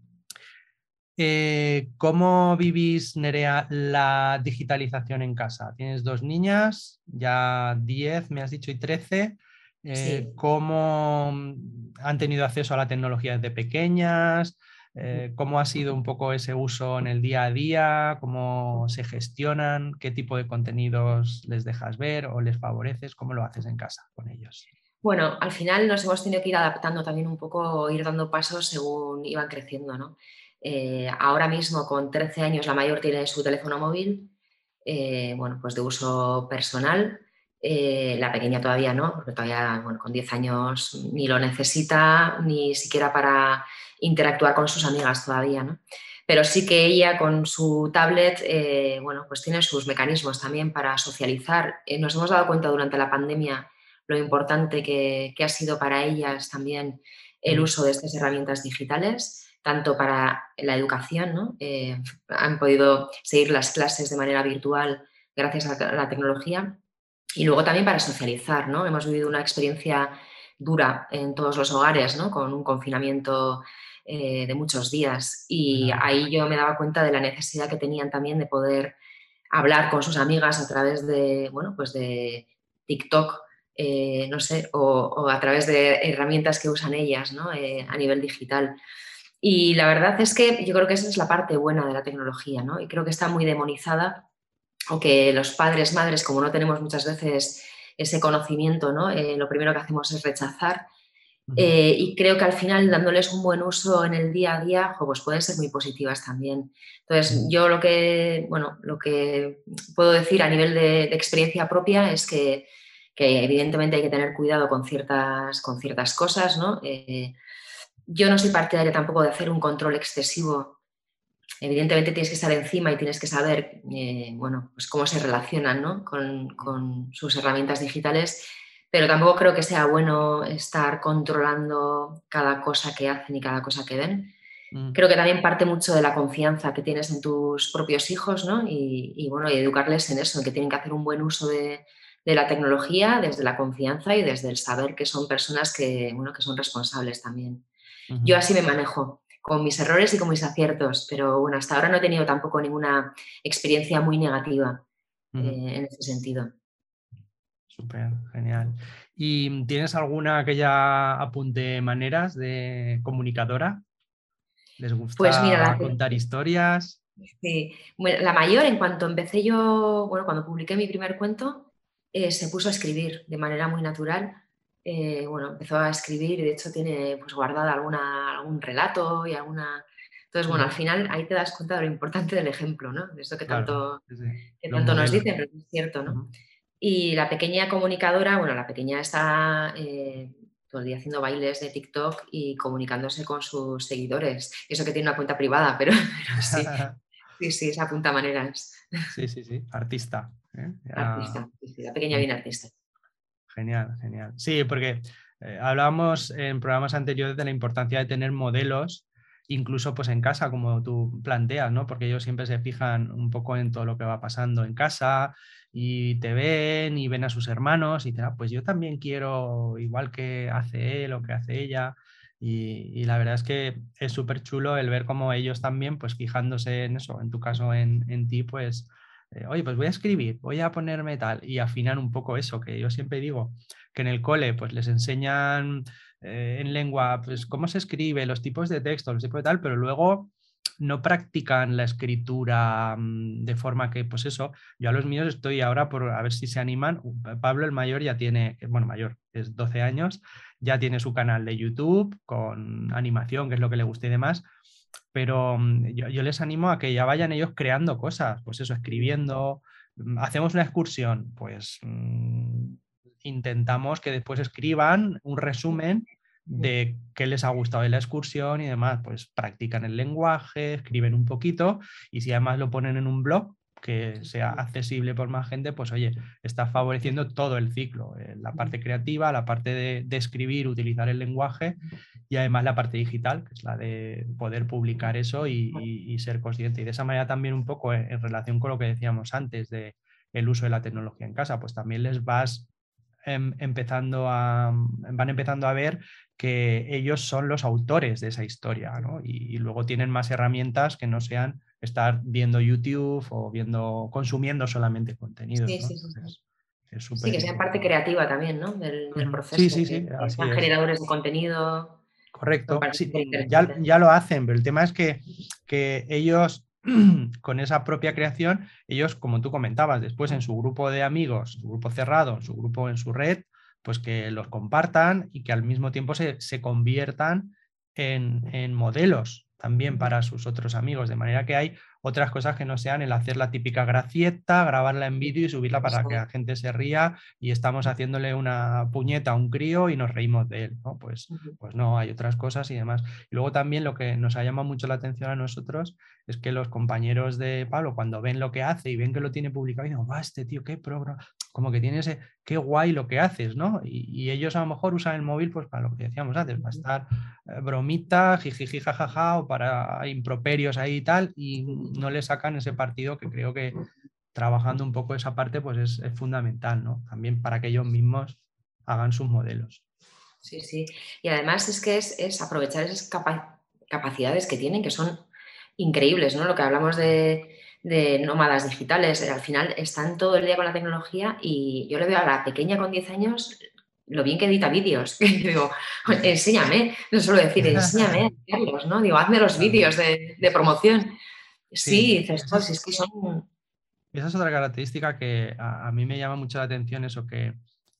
Eh, ¿cómo vivís, Nerea, la digitalización en casa? Tienes dos niñas, ya diez, me has dicho, y trece. Eh, Sí. ¿cómo han tenido acceso a la tecnología desde pequeñas? Eh, ¿cómo ha sido un poco ese uso en el día a día? ¿Cómo se gestionan? ¿Qué tipo de contenidos les dejas ver o les favoreces? ¿Cómo lo haces en casa con ellos? Bueno, al final nos hemos tenido que ir adaptando también un poco, ir dando pasos según iban creciendo, ¿no? Eh, ahora mismo, con trece años, la mayor tiene su teléfono móvil, eh, bueno, pues de uso personal. Eh, la pequeña todavía no, porque todavía, bueno, con diez años ni lo necesita, ni siquiera para interactuar con sus amigas todavía, ¿no? Pero sí que ella con su tablet, eh, bueno, pues tiene sus mecanismos también para socializar. Eh, nos hemos dado cuenta durante la pandemia lo importante que, que ha sido para ellas también el Mm. uso de estas herramientas digitales, tanto para la educación, ¿no? Eh, han podido seguir las clases de manera virtual gracias a la tecnología, y luego también para socializar, ¿no? Hemos vivido una experiencia dura en todos los hogares, ¿no? Con un confinamiento eh, de muchos días, y Ya. ahí yo me daba cuenta de la necesidad que tenían también de poder hablar con sus amigas a través de, bueno, pues de TikTok, eh, no sé, o, o, a través de herramientas que usan ellas, ¿no? eh, a nivel digital. Y la verdad es que yo creo que esa es la parte buena de la tecnología, ¿no? Y creo que está muy demonizada, o que los padres, madres, como no tenemos muchas veces ese conocimiento, ¿no? Eh, lo primero que hacemos es rechazar. Ujú. Eh, y creo que al final, dándoles un buen uso en el día a día, jo, pues pueden ser muy positivas también. Entonces, Ujú. yo lo que, bueno, lo que puedo decir a nivel de, de experiencia propia es que, que evidentemente hay que tener cuidado con ciertas, con ciertas cosas, ¿no? Eh, yo no soy partidaria tampoco de hacer un control excesivo. Evidentemente tienes que estar encima y tienes que saber, eh, bueno, pues cómo se relacionan, ¿no? con, con sus herramientas digitales, pero tampoco creo que sea bueno estar controlando cada cosa que hacen y cada cosa que ven. Mm, Creo que también parte mucho de la confianza que tienes en tus propios hijos, ¿no? Y, y, bueno, y educarles en eso, en que tienen que hacer un buen uso de, de la tecnología desde la confianza y desde el saber que son personas que, bueno, que son responsables también. ujú, Yo así me manejo, con mis errores y con mis aciertos, pero bueno, hasta ahora no he tenido tampoco ninguna experiencia muy negativa ujú. eh, en ese sentido. Súper, genial. ¿Y tienes alguna que ya apunte maneras de comunicadora? ¿Les Pues mira, gusta la, contar historias? sí, bueno, la mayor, en cuanto empecé yo, bueno, cuando publiqué mi primer cuento, eh, se puso a escribir de manera muy natural. Eh, bueno, empezó a escribir y de hecho tiene pues guardada alguna, algún relato y alguna... Entonces, bueno, al Ujú. final ahí te das cuenta de lo importante del ejemplo, ¿no? De esto que Claro, tanto, sí, sí. que Los tanto nos modelos. dicen, pero es cierto, ¿no? Ujú. Y la pequeña comunicadora, bueno, la pequeña está eh, todo el día haciendo bailes de TikTok y comunicándose con sus seguidores. Y eso que tiene una cuenta privada, pero, pero sí, sí, sí, es apunta maneras. Sí, sí, sí. Artista. ¿Eh? Ya. Artista, sí, sí, la pequeña Mm. bien artista. Genial, genial. Sí, porque eh, hablábamos en programas anteriores de la importancia de tener modelos, incluso pues en casa, como tú planteas, ¿no? Porque ellos siempre se fijan un poco en todo lo que va pasando en casa y te ven y ven a sus hermanos y te ah, pues yo también quiero igual que hace él o que hace ella. Y, y la verdad es que es súper chulo el ver cómo ellos también, pues fijándose en eso, en tu caso en, en ti, pues eh, oye, pues voy a escribir, voy a ponerme tal y afinan un poco eso, que yo siempre digo que en el cole pues les enseñan eh, en lengua pues cómo se escribe, los tipos de texto, los tipos de tal, pero luego no practican la escritura mm, de forma que, pues eso, yo a los míos estoy ahora por a ver si se animan. Uh, Pablo el mayor ya tiene, bueno, mayor, es doce años, ya tiene su canal de YouTube con animación, que es lo que le gusta y demás, pero mm, yo, yo les animo a que ya vayan ellos creando cosas, pues eso, escribiendo. Mm, Hacemos una excursión, pues mm, intentamos que después escriban un resumen de qué les ha gustado de la excursión y demás, pues practican el lenguaje, escriben un poquito y si además lo ponen en un blog que sea accesible por más gente, pues oye, está favoreciendo todo el ciclo, eh, la parte creativa, la parte de, de escribir, utilizar el lenguaje y además la parte digital, que es la de poder publicar eso y, y- y ser consciente. Y de esa manera también un poco en, en relación con lo que decíamos antes de el uso de la tecnología en casa, pues también les vas em, empezando a, van empezando a ver que ellos son los autores de esa historia, ¿no? Y, y luego tienen más herramientas que no sean estar viendo YouTube o viendo, consumiendo solamente contenidos, Sí, ¿no? sí, sí, sí. Entonces, es Sí, súper que sea parte importante. creativa también, ¿no? Del, del Ujú. Sí, proceso, sí, que, sí, que así sean es. generadores de contenido, me Correcto, parece sí, súper ya, interesante. ya lo hacen, pero el tema es que, que ellos, con esa propia creación, ellos, como tú comentabas, después en su grupo de amigos, su grupo cerrado, en su grupo, en su red, pues que los compartan y que al mismo tiempo se, se conviertan en, en modelos también para sus otros amigos, de manera que hay otras cosas que no sean el hacer la típica gracieta, grabarla en vídeo y subirla para Eso que es. la gente se ría y estamos haciéndole una puñeta a un crío y nos reímos de él, ¿no? Pues Ujú. pues no, hay otras cosas y demás. Y luego también lo que nos ha llamado mucho la atención a nosotros es que los compañeros de Pablo, cuando ven lo que hace y ven que lo tiene publicado, dicen, va, este tío, qué programa, como que tiene ese, qué guay lo que haces, ¿no? Y, y ellos a lo mejor usan el móvil pues para lo que decíamos antes, para estar eh, bromita, jijiji, jajaja, o para improperios ahí y tal, y no le sacan ese partido que creo que trabajando un poco esa parte pues es, es fundamental, ¿no? También para que ellos mismos hagan sus modelos. Sí, sí. Y además es que es, es aprovechar esas capa- capacidades que tienen, que son increíbles, ¿no? Lo que hablamos de, de nómadas digitales, eh, al final están todo el día con la tecnología y yo le veo a la pequeña con diez años lo bien que edita vídeos. Y digo, enséñame, no suelo decir, enséñame a hacerlos, ¿no? Digo, hazme los Claro. vídeos de, de promoción. Sí, Sí, dices, esa "Jo, si es, es que son... esa es otra característica que a, a mí me llama mucho la atención, eso que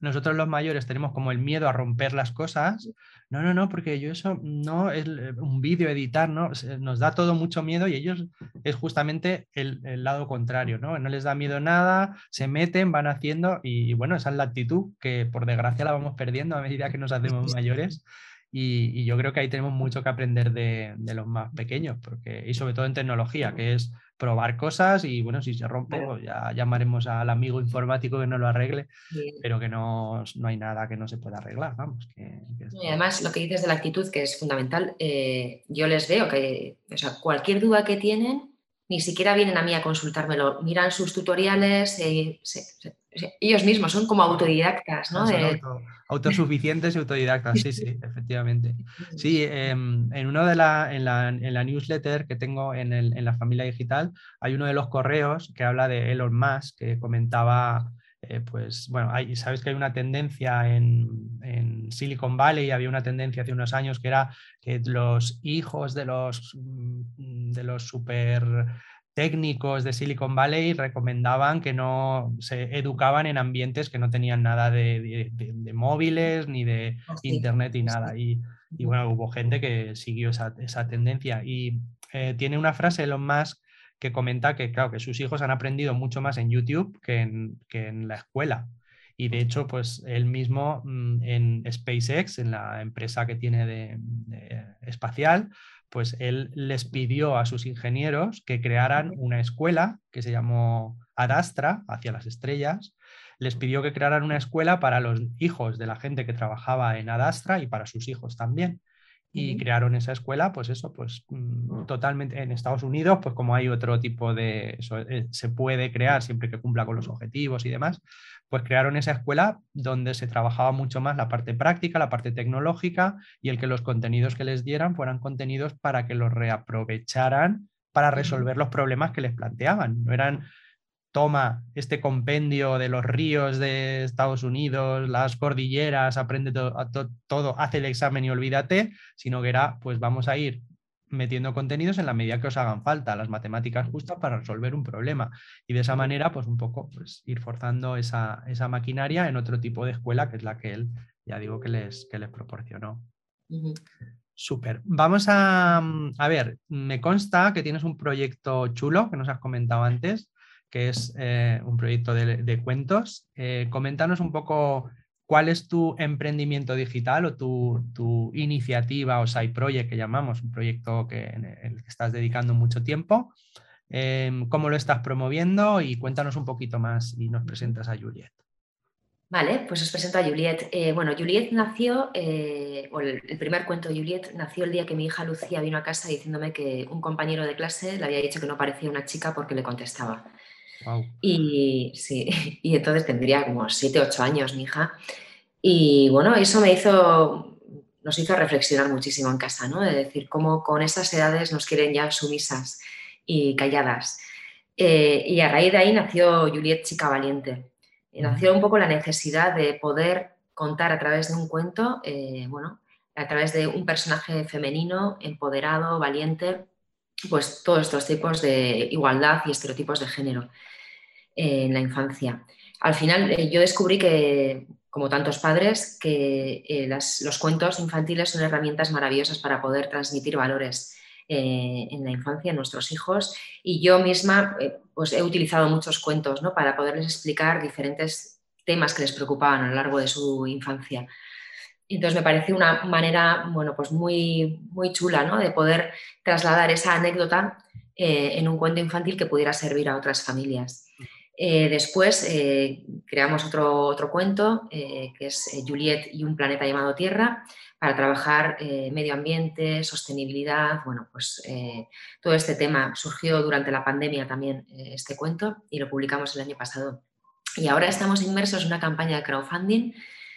nosotros los mayores tenemos como el miedo a romper las cosas. No, no, no, porque yo eso no es un vídeo editar, ¿no? Nos da todo mucho miedo y ellos es justamente el, el lado contrario, ¿no? No les da miedo nada, se meten, van haciendo y, y bueno, esa es la actitud que por desgracia la vamos perdiendo a medida que nos hacemos mayores. Y, y yo creo que ahí tenemos mucho que aprender de, de los más pequeños, porque, y sobre todo en tecnología, que es probar cosas y bueno, si se rompe, pues ya llamaremos al amigo informático que nos lo arregle, Y, pero que no, no hay nada que no se pueda arreglar, vamos. Que, que y además, lo que dices de la actitud, que es fundamental, eh, yo les veo que, o sea, cualquier duda que tienen, ni siquiera vienen a mí a consultármelo, miran sus tutoriales, eh, se, se, se, ellos mismos son como autodidactas, ¿no? son De... auto, autosuficientes y autodidactas, sí, sí, efectivamente. Sí, eh, en uno de la, en la, en la newsletter que tengo en, el, en la familia digital, hay uno de los correos que habla de Elon Musk, que comentaba, eh, pues, bueno, hay, sabes que hay una tendencia en, en Silicon Valley, había una tendencia hace unos años que era que los hijos de los, de los super técnicos de Silicon Valley recomendaban que no se educaban en ambientes que no tenían nada de, de, de, de móviles ni de Así, internet y así. nada. Y, y bueno, hubo gente que siguió esa, esa tendencia. Y eh, tiene una frase Elon Musk que comenta que, claro, que sus hijos han aprendido mucho más en YouTube que en, que en la escuela. Y de hecho, pues él mismo en SpaceX, en la empresa que tiene de, de espacial, pues él les pidió a sus ingenieros que crearan una escuela que se llamó Adastra, hacia las estrellas. Les pidió que crearan una escuela para los hijos de la gente que trabajaba en Adastra y para sus hijos también. Y crearon esa escuela, pues eso, pues totalmente en Estados Unidos, pues como hay otro tipo de, eso, eh, se puede crear siempre que cumpla con los objetivos y demás, pues crearon esa escuela donde se trabajaba mucho más la parte práctica, la parte tecnológica y el que los contenidos que les dieran fueran contenidos para que los reaprovecharan para resolver los problemas que les planteaban. No eran toma este compendio de los ríos de Estados Unidos, las cordilleras, aprende to to todo, hace el examen y olvídate, sino que era, pues vamos a ir metiendo contenidos en la medida que os hagan falta, las matemáticas justas para resolver un problema. Y de esa manera, pues un poco, pues ir forzando esa, esa maquinaria en otro tipo de escuela, que es la que él, ya digo, que les, que les proporcionó. Uh-huh. Súper. Vamos a, a ver, me consta que tienes un proyecto chulo que nos has comentado antes, que es eh, un proyecto de, de cuentos. Eh, coméntanos un poco cuál es tu emprendimiento digital o tu, tu iniciativa o side project que llamamos, un proyecto que, en el que estás dedicando mucho tiempo. Eh, ¿Cómo lo estás promoviendo? Y cuéntanos un poquito más y nos presentas a Juliet. Vale, pues os presento a Juliet. Eh, bueno, Juliet nació, eh, o el, el primer cuento de Juliet nació el día que mi hija Lucía vino a casa diciéndome que un compañero de clase le había dicho que no parecía una chica porque le contestaba. Wow. Y sí, y entonces tendría como siete, ocho años mi hija. Y bueno, eso me hizo, nos hizo reflexionar muchísimo en casa, ¿no? De decir cómo con esas edades nos quieren ya sumisas y calladas. Eh, y a raíz de ahí nació Juliet Chica Valiente. Nació un poco la necesidad de poder contar a través de un cuento, eh, bueno, a través de un personaje femenino, empoderado, valiente, pues todos estos tipos de igualdad y estereotipos de género eh, en la infancia. Al final eh, yo descubrí que, como tantos padres, que eh, las, los cuentos infantiles son herramientas maravillosas para poder transmitir valores eh, en la infancia, en nuestros hijos, y yo misma eh, pues he utilizado muchos cuentos, ¿no? Para poderles explicar diferentes temas que les preocupaban a lo largo de su infancia. Entonces me parece una manera, bueno, pues muy, muy chula, ¿no? De poder trasladar esa anécdota eh, en un cuento infantil que pudiera servir a otras familias. Eh, después eh, creamos otro, otro cuento eh, que es eh, Juliet y un planeta llamado Tierra, para trabajar eh, medio ambiente, sostenibilidad. Bueno, pues eh, todo este tema surgió durante la pandemia también, eh, este cuento, y lo publicamos el año pasado. Y ahora estamos inmersos en una campaña de crowdfunding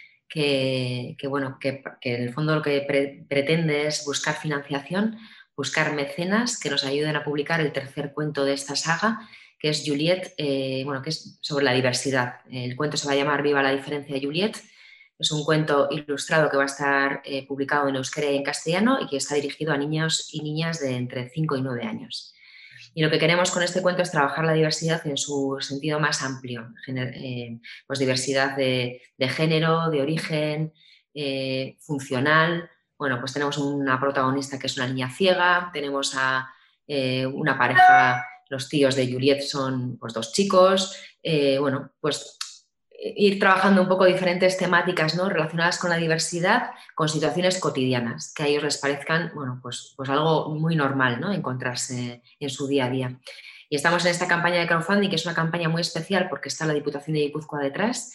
que, que bueno, que, que, en el fondo lo que pre pretende es buscar financiación, buscar mecenas que nos ayuden a publicar el tercer cuento de esta saga, que es Juliet, eh, bueno, que es sobre la diversidad. El cuento se va a llamar Viva la diferencia de Juliet. Es un cuento ilustrado que va a estar eh, publicado en euskera y en castellano y que está dirigido a niños y niñas de entre cinco y nueve años. Y lo que queremos con este cuento es trabajar la diversidad en su sentido más amplio, eh, pues diversidad de, de género, de origen, eh, funcional. Bueno, pues tenemos una protagonista que es una niña ciega, tenemos a eh, una pareja, los tíos de Juliet son pues, dos chicos, eh, bueno, pues ir trabajando un poco diferentes temáticas, ¿no?, relacionadas con la diversidad, con situaciones cotidianas, que a ellos les parezcan, bueno, pues, pues algo muy normal, ¿no?, encontrarse en su día a día. Y estamos en esta campaña de crowdfunding, que es una campaña muy especial porque está la Diputación de Guipúzcoa detrás.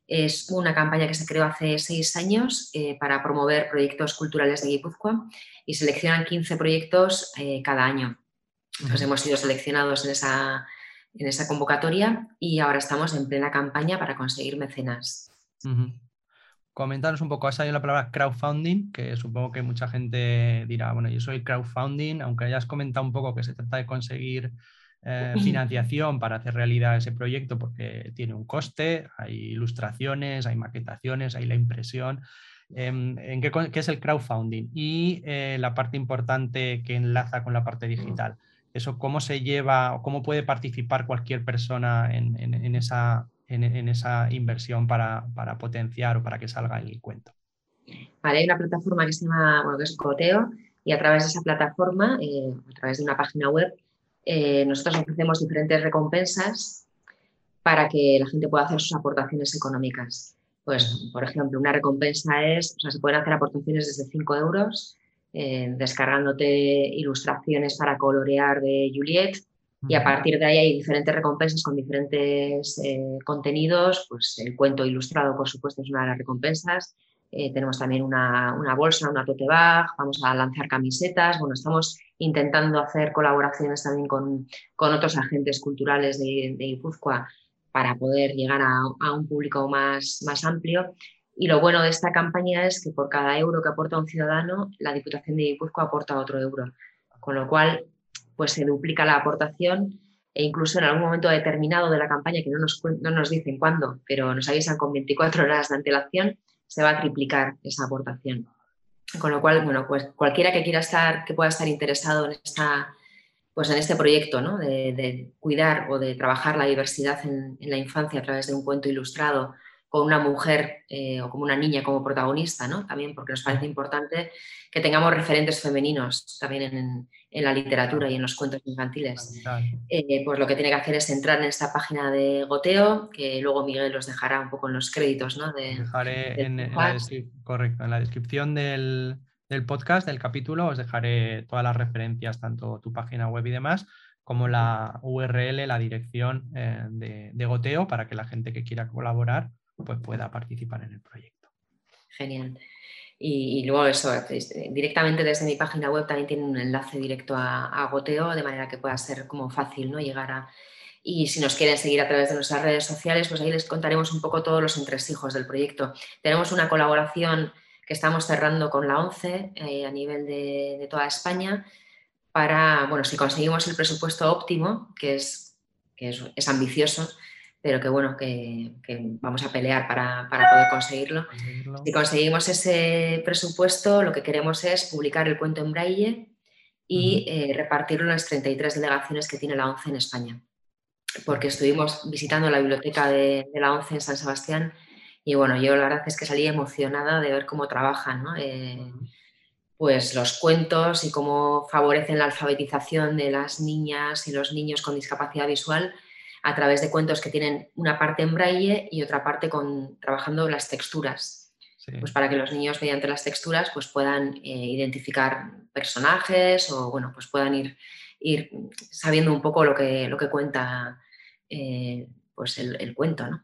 Es una campaña que se creó hace seis años eh, para promover proyectos culturales de Guipúzcoa y seleccionan quince proyectos eh, cada año. Entonces uh-huh. hemos sido seleccionados en esa, en esa convocatoria y ahora estamos en plena campaña para conseguir mecenas. Uh-huh. Coméntanos un poco, has salido la palabra crowdfunding, que supongo que mucha gente dirá, bueno, yo soy crowdfunding, aunque hayas comentado un poco que se trata de conseguir eh, financiación para hacer realidad ese proyecto porque tiene un coste, hay ilustraciones, hay maquetaciones, hay la impresión. Eh, ¿en qué, qué es el crowdfunding? Y eh, la parte importante que enlaza con la parte digital. Eso, ¿cómo se lleva o cómo puede participar cualquier persona en, en, en esa... En, en esa inversión para, para potenciar o para que salga el cuento? Vale, hay una plataforma que se llama, bueno, que es Goteo, y a través de esa plataforma, eh, a través de una página web, eh, nosotros ofrecemos diferentes recompensas para que la gente pueda hacer sus aportaciones económicas. Pues, por ejemplo, una recompensa es, o sea, se pueden hacer aportaciones desde cinco euros, eh, descargándote ilustraciones para colorear de Juliet, y a partir de ahí hay diferentes recompensas con diferentes eh, contenidos. Pues el cuento ilustrado, por supuesto, es una de las recompensas. Eh, tenemos también una, una bolsa, una tote bag, vamos a lanzar camisetas. Bueno, estamos intentando hacer colaboraciones también con, con otros agentes culturales de, de Guipúzcoa para poder llegar a, a un público más, más amplio. Y lo bueno de esta campaña es que por cada euro que aporta un ciudadano, la Diputación de Guipúzcoa aporta otro euro, con lo cual pues se duplica la aportación, e incluso en algún momento determinado de la campaña, que no nos, no nos dicen cuándo, pero nos avisan con veinticuatro horas de antelación, se va a triplicar esa aportación. Con lo cual, bueno, pues cualquiera que quiera estar, que pueda estar interesado en esta, pues en este proyecto, ¿no?, de, de cuidar o de trabajar la diversidad en, en la infancia a través de un cuento ilustrado con una mujer eh, o como una niña como protagonista, ¿no?, también porque nos parece importante que tengamos referentes femeninos también en, en la literatura y en los cuentos infantiles. Eh, pues lo que tiene que hacer es entrar en esta página de Goteo, que luego Miguel os dejará un poco en los créditos, ¿no? De, dejaré de en, en la correcto, en la descripción del, del podcast, del capítulo, os dejaré todas las referencias, tanto tu página web y demás, como la U R L, la dirección eh, de, de Goteo, para que la gente que quiera colaborar pues pueda participar en el proyecto. Genial. Y, y luego eso, directamente desde mi página web también tiene un enlace directo a, a Goteo, de manera que pueda ser como fácil, ¿no?, llegar a... Y si nos quieren seguir a través de nuestras redes sociales, pues ahí les contaremos un poco todos los entresijos del proyecto. Tenemos una colaboración que estamos cerrando con la ONCE eh, a nivel de, de toda España para, bueno, si conseguimos el presupuesto óptimo, que es, que es, es ambicioso, pero que bueno, que, que vamos a pelear para, para poder conseguirlo. conseguirlo. Si conseguimos ese presupuesto, lo que queremos es publicar el cuento en braille y uh-huh. eh, repartirlo en las treinta y tres delegaciones que tiene la ONCE en España. Porque estuvimos visitando la biblioteca de, de la ONCE en San Sebastián y bueno, yo la verdad es que salí emocionada de ver cómo trabajan, ¿no? eh, uh-huh. pues los cuentos y cómo favorecen la alfabetización de las niñas y los niños con discapacidad visual a través de cuentos que tienen una parte en braille y otra parte con, trabajando las texturas. Sí. Pues para que los niños mediante las texturas pues puedan eh, identificar personajes o bueno, pues puedan ir, ir sabiendo un poco lo que, lo que cuenta eh, pues el, el cuento, ¿no?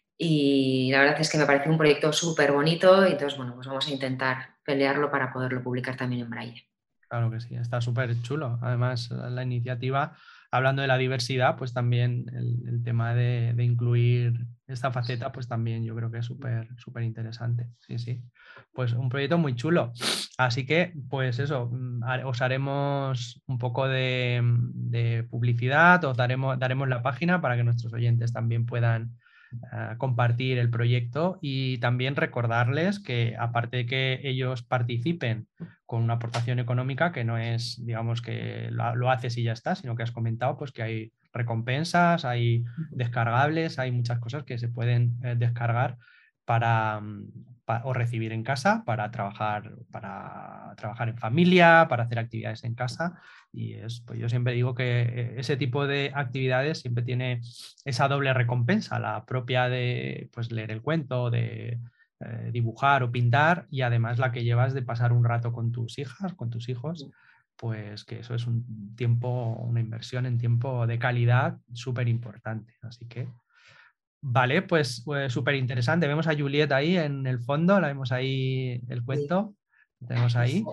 Y la verdad es que me parece un proyecto súper bonito y entonces bueno, pues vamos a intentar pelearlo para poderlo publicar también en braille. Claro que sí, está súper chulo. Además, la iniciativa, hablando de la diversidad, pues también el, el tema de, de incluir esta faceta, pues también yo creo que es súper súper interesante. Sí, sí. Pues un proyecto muy chulo. Así que, pues eso, os haremos un poco de, de publicidad, os daremos, daremos la página para que nuestros oyentes también puedan uh, compartir el proyecto y también recordarles que aparte de que ellos participen con una aportación económica, que no es, digamos, que lo, lo haces y ya está, sino que has comentado pues que hay recompensas, hay descargables, hay muchas cosas que se pueden eh, descargar para, para, o recibir en casa para trabajar, para trabajar en familia, para hacer actividades en casa. Y es, pues yo siempre digo que ese tipo de actividades siempre tiene esa doble recompensa, la propia de pues, leer el cuento, de eh, dibujar o pintar, y además la que llevas de pasar un rato con tus hijas, con tus hijos, pues que eso es un tiempo, una inversión en tiempo de calidad súper importante. Así que, vale, pues, pues súper interesante. Vemos a Juliet ahí en el fondo, la vemos ahí el cuento, lo tenemos ahí.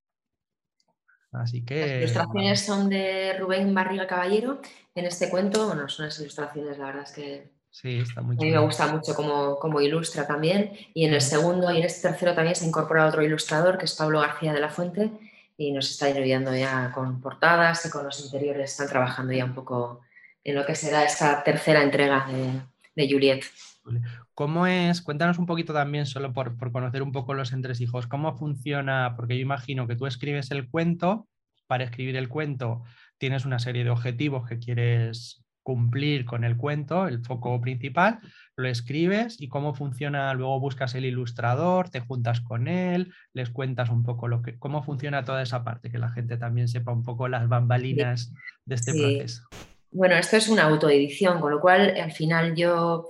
Así Las que... ilustraciones son de Rubén Barriga Caballero. En este cuento, bueno, son las ilustraciones, la verdad es que sí, está muy a mí me chulo. gusta mucho cómo, cómo ilustra también. Y en el Mm. segundo y en este tercero también se incorpora otro ilustrador, que es Pablo García de la Fuente, y nos está ayudando ya con portadas y con los interiores. Están trabajando ya un poco en lo que será esta tercera entrega de, de Juliet. ¿Cómo es? Cuéntanos un poquito también, solo por, por conocer un poco los entresijos, cómo funciona, porque yo imagino que tú escribes el cuento, para escribir el cuento tienes una serie de objetivos que quieres cumplir con el cuento, el foco principal, lo escribes y cómo funciona, luego buscas el ilustrador, te juntas con él, les cuentas un poco lo que, cómo funciona toda esa parte, que la gente también sepa un poco las bambalinas de este Sí. proceso. Bueno, esto es una autoedición, con lo cual al final yo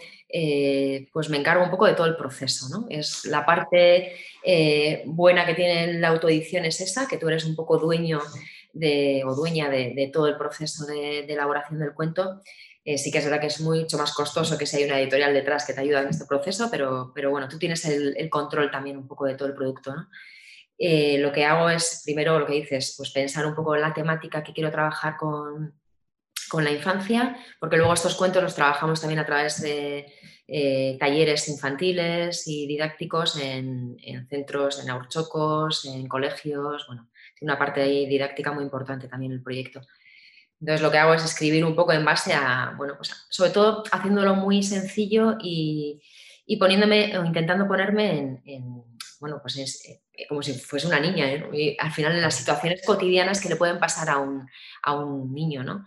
eh, pues me encargo un poco de todo el proceso, ¿no? Es la parte eh, buena que tiene la autoedición es esa, que tú eres un poco dueño de, o dueña de, de todo el proceso de, de elaboración del cuento. Eh, sí que es verdad que es mucho más costoso que si hay una editorial detrás que te ayuda en este proceso, pero, pero bueno, tú tienes el, el control también un poco de todo el producto, ¿no? Eh, lo que hago es, primero lo que dices, pues pensar un poco en la temática que quiero trabajar con con la infancia, porque luego estos cuentos los trabajamos también a través de eh, talleres infantiles y didácticos en, en centros, en ahorchocos, en colegios, bueno, tiene una parte ahí didáctica muy importante también el proyecto. Entonces lo que hago es escribir un poco en base a, bueno, pues sobre todo haciéndolo muy sencillo y, y poniéndome o intentando ponerme en, en bueno, pues es eh, como si fuese una niña, ¿eh? Y al final en las situaciones cotidianas que le pueden pasar a un, a un niño, ¿no?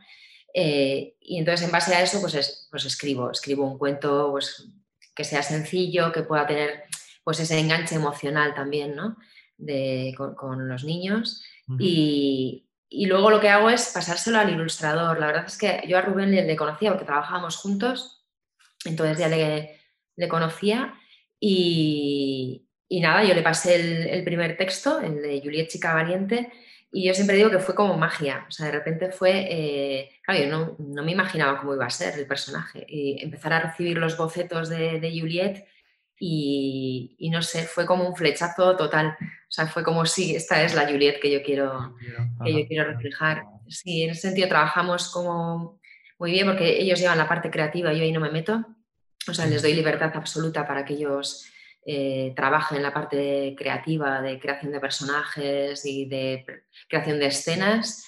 Eh, y entonces en base a eso pues, es, pues escribo, escribo un cuento pues, que sea sencillo, que pueda tener pues ese enganche emocional también, ¿no? De, con, con los niños. Uh-huh. y, y luego lo que hago es pasárselo al ilustrador. La verdad es que yo a Rubén le, le conocía porque trabajábamos juntos, entonces ya le, le conocía y, y nada, yo le pasé el, el primer texto, el de Juliet Chica Valiente, y yo siempre digo que fue como magia. O sea, de repente fue, eh, claro, yo no, no me imaginaba cómo iba a ser el personaje. Y empezar a recibir los bocetos de, de Juliet y, y no sé, fue como un flechazo total. O sea, fue como, sí, esta es la Juliet que yo quiero, que yo quiero reflejar. Sí, en ese sentido trabajamos como muy bien porque ellos llevan la parte creativa y yo ahí no me meto. O sea, les doy libertad absoluta para que ellos eh, trabajen en la parte creativa de creación de personajes y de creación de escenas.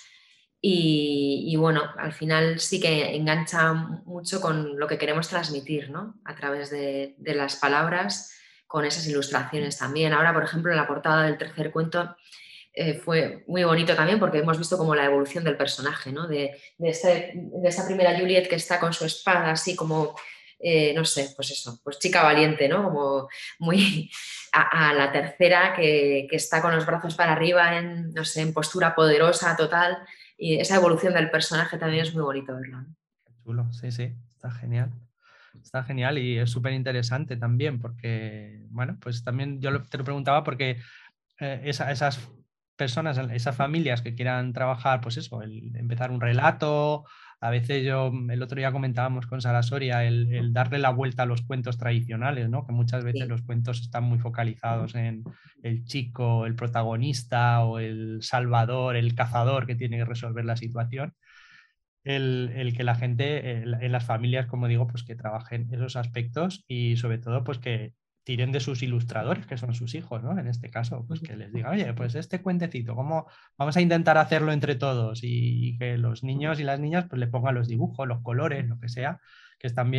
Y, y bueno, al final sí que engancha mucho con lo que queremos transmitir, ¿no? A través de, de las palabras, con esas ilustraciones también. Ahora, por ejemplo, en la portada del tercer cuento eh, fue muy bonito también porque hemos visto como la evolución del personaje, ¿no? De, de, este, de esta primera Juliet que está con su espada así como... Eh, no sé, pues eso, pues chica valiente, ¿no? Como muy a, a la tercera que, que está con los brazos para arriba en, no sé, en postura poderosa total, y esa evolución del personaje también es muy bonito verlo, ¿no? Qué chulo, sí, sí, está genial. Está genial y es súper interesante también porque, bueno, pues también yo te lo preguntaba porque eh, esa, esas personas, esas familias que quieran trabajar, pues eso, el empezar un relato, a veces yo, el otro día comentábamos con Sara Soria, el, el darle la vuelta a los cuentos tradicionales, ¿no? Que muchas veces sí. Los cuentos están muy focalizados en el chico, el protagonista o el salvador, el cazador que tiene que resolver la situación. El, el que la gente el, en las familias, como digo, pues que trabajen esos aspectos y sobre todo pues que tiren de sus ilustradores, que son sus hijos, ¿no? En este caso, pues que les digan, oye, pues este cuentecito, ¿cómo vamos a intentar hacerlo entre todos? Y, y que los niños y las niñas pues le pongan los dibujos, los colores, lo que sea, que es también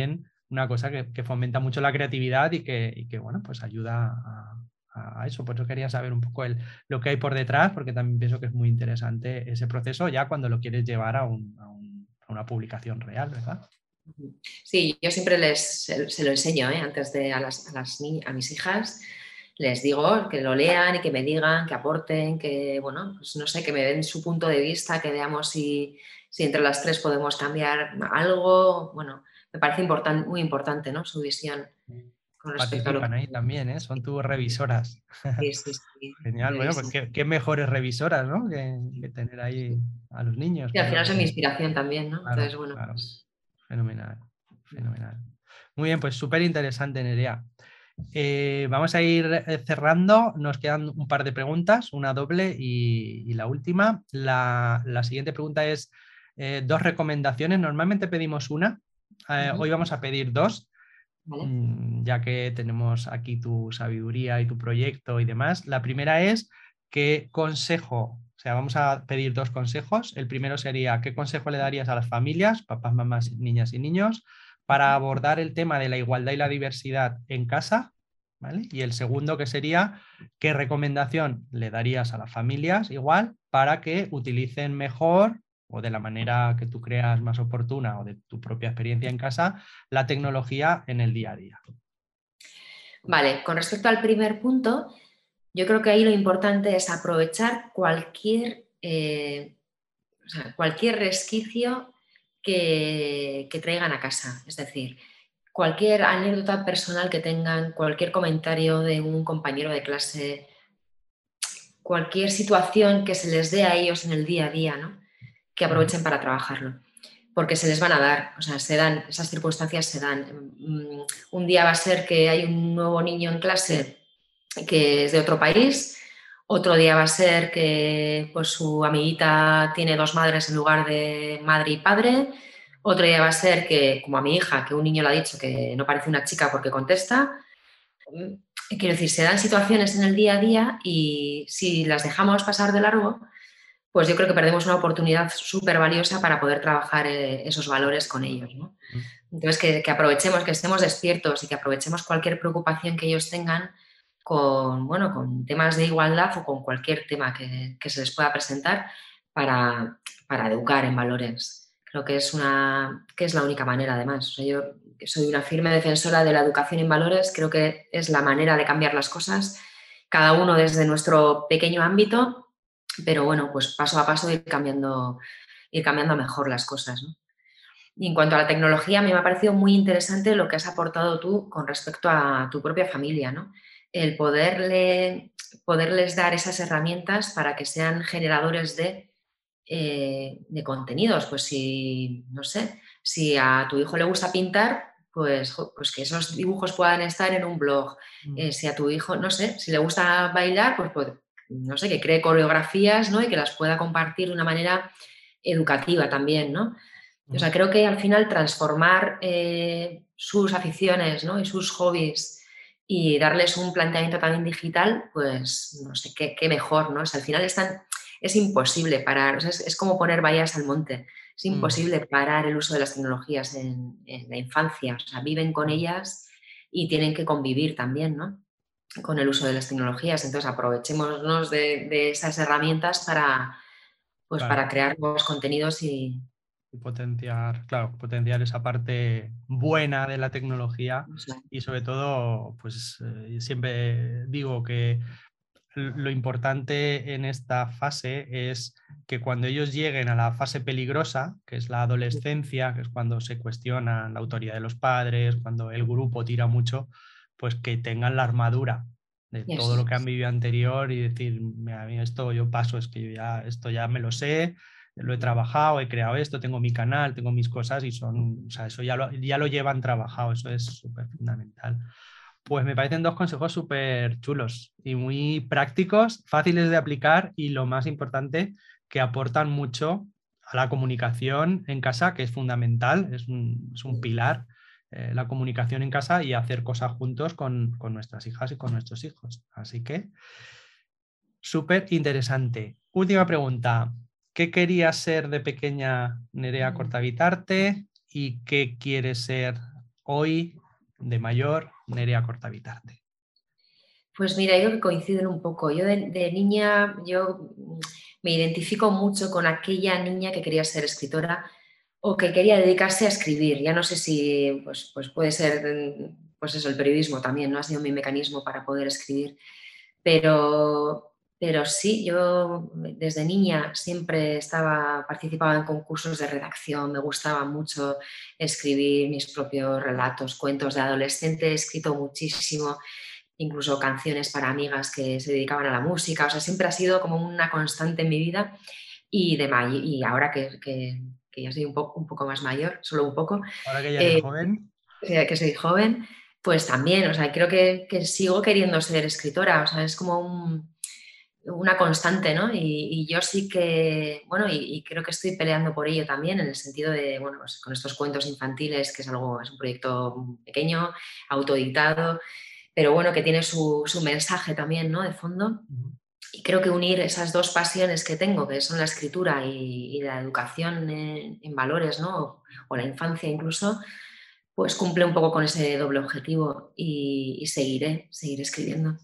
una cosa que, que fomenta mucho la creatividad y que, y que bueno, pues ayuda a, a eso. Por eso quería saber un poco el, lo que hay por detrás, porque también pienso que es muy interesante ese proceso ya cuando lo quieres llevar a, un, a, un, a una publicación real, ¿verdad? Sí, yo siempre les, se, se lo enseño, ¿eh? Antes de a, las, a, las, a mis hijas, les digo que lo lean y que me digan, que aporten, que, bueno, pues no sé, que me den su punto de vista, que veamos si, si entre las tres podemos cambiar algo. Bueno, me parece important, muy importante, ¿no? Su visión con respecto a lo Participan que... ahí también, ¿eh? Son tus revisoras. Sí, sí, sí, Genial, bueno, pues qué, qué mejores revisoras, ¿no? Que, que tener ahí a los niños. Y al Claro, final son mi inspiración también, ¿no? claro, Entonces, bueno, claro. pues... Fenomenal, fenomenal. Muy bien, pues súper interesante, Nerea. Eh, vamos a ir eh, cerrando, nos quedan un par de preguntas, una doble y, y la última. La, la, siguiente pregunta es eh, dos recomendaciones. Normalmente pedimos una, eh, Uh-huh. hoy vamos a pedir dos, ¿Vale? mmm, ya que tenemos aquí tu sabiduría y tu proyecto y demás. La primera es qué consejo, o sea, vamos a pedir dos consejos. El primero sería qué consejo le darías a las familias, papás, mamás, niñas y niños, para abordar el tema de la igualdad y la diversidad en casa, ¿vale? Y el segundo que sería qué recomendación le darías a las familias igual para que utilicen mejor o de la manera que tú creas más oportuna o de tu propia experiencia en casa, la tecnología en el día a día. Vale, con respecto al primer punto, yo creo que ahí lo importante es aprovechar cualquier, eh, o sea, cualquier resquicio que, que traigan a casa. Es decir, cualquier anécdota personal que tengan, cualquier comentario de un compañero de clase, cualquier situación que se les dé a ellos en el día a día, ¿no? Que aprovechen para trabajarlo. Porque se les van a dar, o sea, se dan, esas circunstancias se dan. Un día va a ser que hay un nuevo niño en clase que es de otro país, otro día va a ser que pues, su amiguita tiene dos madres en lugar de madre y padre, otro día va a ser que, como a mi hija, que un niño le ha dicho que no parece una chica porque contesta. Quiero decir, se dan situaciones en el día a día y si las dejamos pasar de largo, pues yo creo que perdemos una oportunidad súper valiosa para poder trabajar eh, esos valores con ellos, ¿no? Entonces, que, que aprovechemos, que estemos despiertos y que aprovechemos cualquier preocupación que ellos tengan con, bueno, con temas de igualdad o con cualquier tema que, que se les pueda presentar para, para educar en valores. Creo que es, una, que es la única manera, además. O sea, yo soy una firme defensora de la educación en valores, creo que es la manera de cambiar las cosas, cada uno desde nuestro pequeño ámbito, pero bueno, pues paso a paso ir cambiando, ir cambiando mejor las cosas, ¿no? Y en cuanto a la tecnología, a mí me ha parecido muy interesante lo que has aportado tú con respecto a tu propia familia, ¿no? El poderle, poderles dar esas herramientas para que sean generadores de, eh, de contenidos. Pues si, no sé, si a tu hijo le gusta pintar, pues, pues que esos dibujos puedan estar en un blog. Eh, si a tu hijo, no sé, si le gusta bailar, pues, pues no sé, que cree coreografías, ¿no? Y que las pueda compartir de una manera educativa también, ¿no? O sea, creo que al final transformar eh, sus aficiones, ¿no? Y sus hobbies y darles un planteamiento también digital, pues no sé, qué, qué mejor, ¿no? O sea, al final están, es imposible parar, o sea, es, es como poner vallas al monte, es imposible parar el uso de las tecnologías en, en la infancia, o sea, viven con ellas y tienen que convivir también, ¿no? Con el uso de las tecnologías, entonces aprovechémonos de, de esas herramientas para, pues, Claro. para crear nuevos contenidos y... Y potenciar, claro, potenciar esa parte buena de la tecnología O sea, y sobre todo, pues eh, siempre digo que lo importante en esta fase es que cuando ellos lleguen a la fase peligrosa, que es la adolescencia, que es cuando se cuestiona la autoridad de los padres, cuando el grupo tira mucho, pues que tengan la armadura de todo lo que han vivido anterior y decir, mira, a mí esto yo paso, es que yo ya, esto ya me lo sé, lo he trabajado, he creado esto, tengo mi canal, tengo mis cosas y son, o sea, eso ya lo, ya lo llevan trabajado, eso es súper fundamental. Pues me parecen dos consejos súper chulos y muy prácticos, fáciles de aplicar y lo más importante, que aportan mucho a la comunicación en casa, que es fundamental, es un, es un pilar, eh, la comunicación en casa y hacer cosas juntos con, con nuestras hijas y con nuestros hijos. Así que súper interesante. Última pregunta. ¿Qué querías ser de pequeña, Nerea Cortavitarte? ¿Y qué quieres ser hoy de mayor, Nerea Cortavitarte? Pues mira, yo creo que coinciden un poco. Yo de, de niña, yo me identifico mucho con aquella niña que quería ser escritora o que quería dedicarse a escribir. Ya no sé si pues, pues puede ser, pues eso, el periodismo también, ¿no? Ha sido mi mecanismo para poder escribir. Pero, pero sí, yo desde niña siempre estaba, participaba en concursos de redacción, me gustaba mucho escribir mis propios relatos, cuentos de adolescente, he escrito muchísimo, incluso canciones para amigas que se dedicaban a la música, o sea, siempre ha sido como una constante en mi vida y, de may- y ahora que, que- que ya soy un poco, un poco más mayor, solo un poco, Ahora que ya eres eh, joven. que soy joven, pues también, o sea, creo que, que sigo queriendo ser escritora, o sea, es como un- una constante, ¿no? Y, y yo sí que, bueno, y, y creo que estoy peleando por ello también, en el sentido de, bueno, pues con estos cuentos infantiles, que es algo, es un proyecto pequeño, autoeditado, pero bueno, que tiene su, su mensaje también, ¿no? De fondo. Y creo que unir esas dos pasiones que tengo, que son la escritura y, y la educación en, en valores, ¿no? O, o la infancia incluso, pues cumple un poco con ese doble objetivo y, y seguiré, seguiré escribiendo.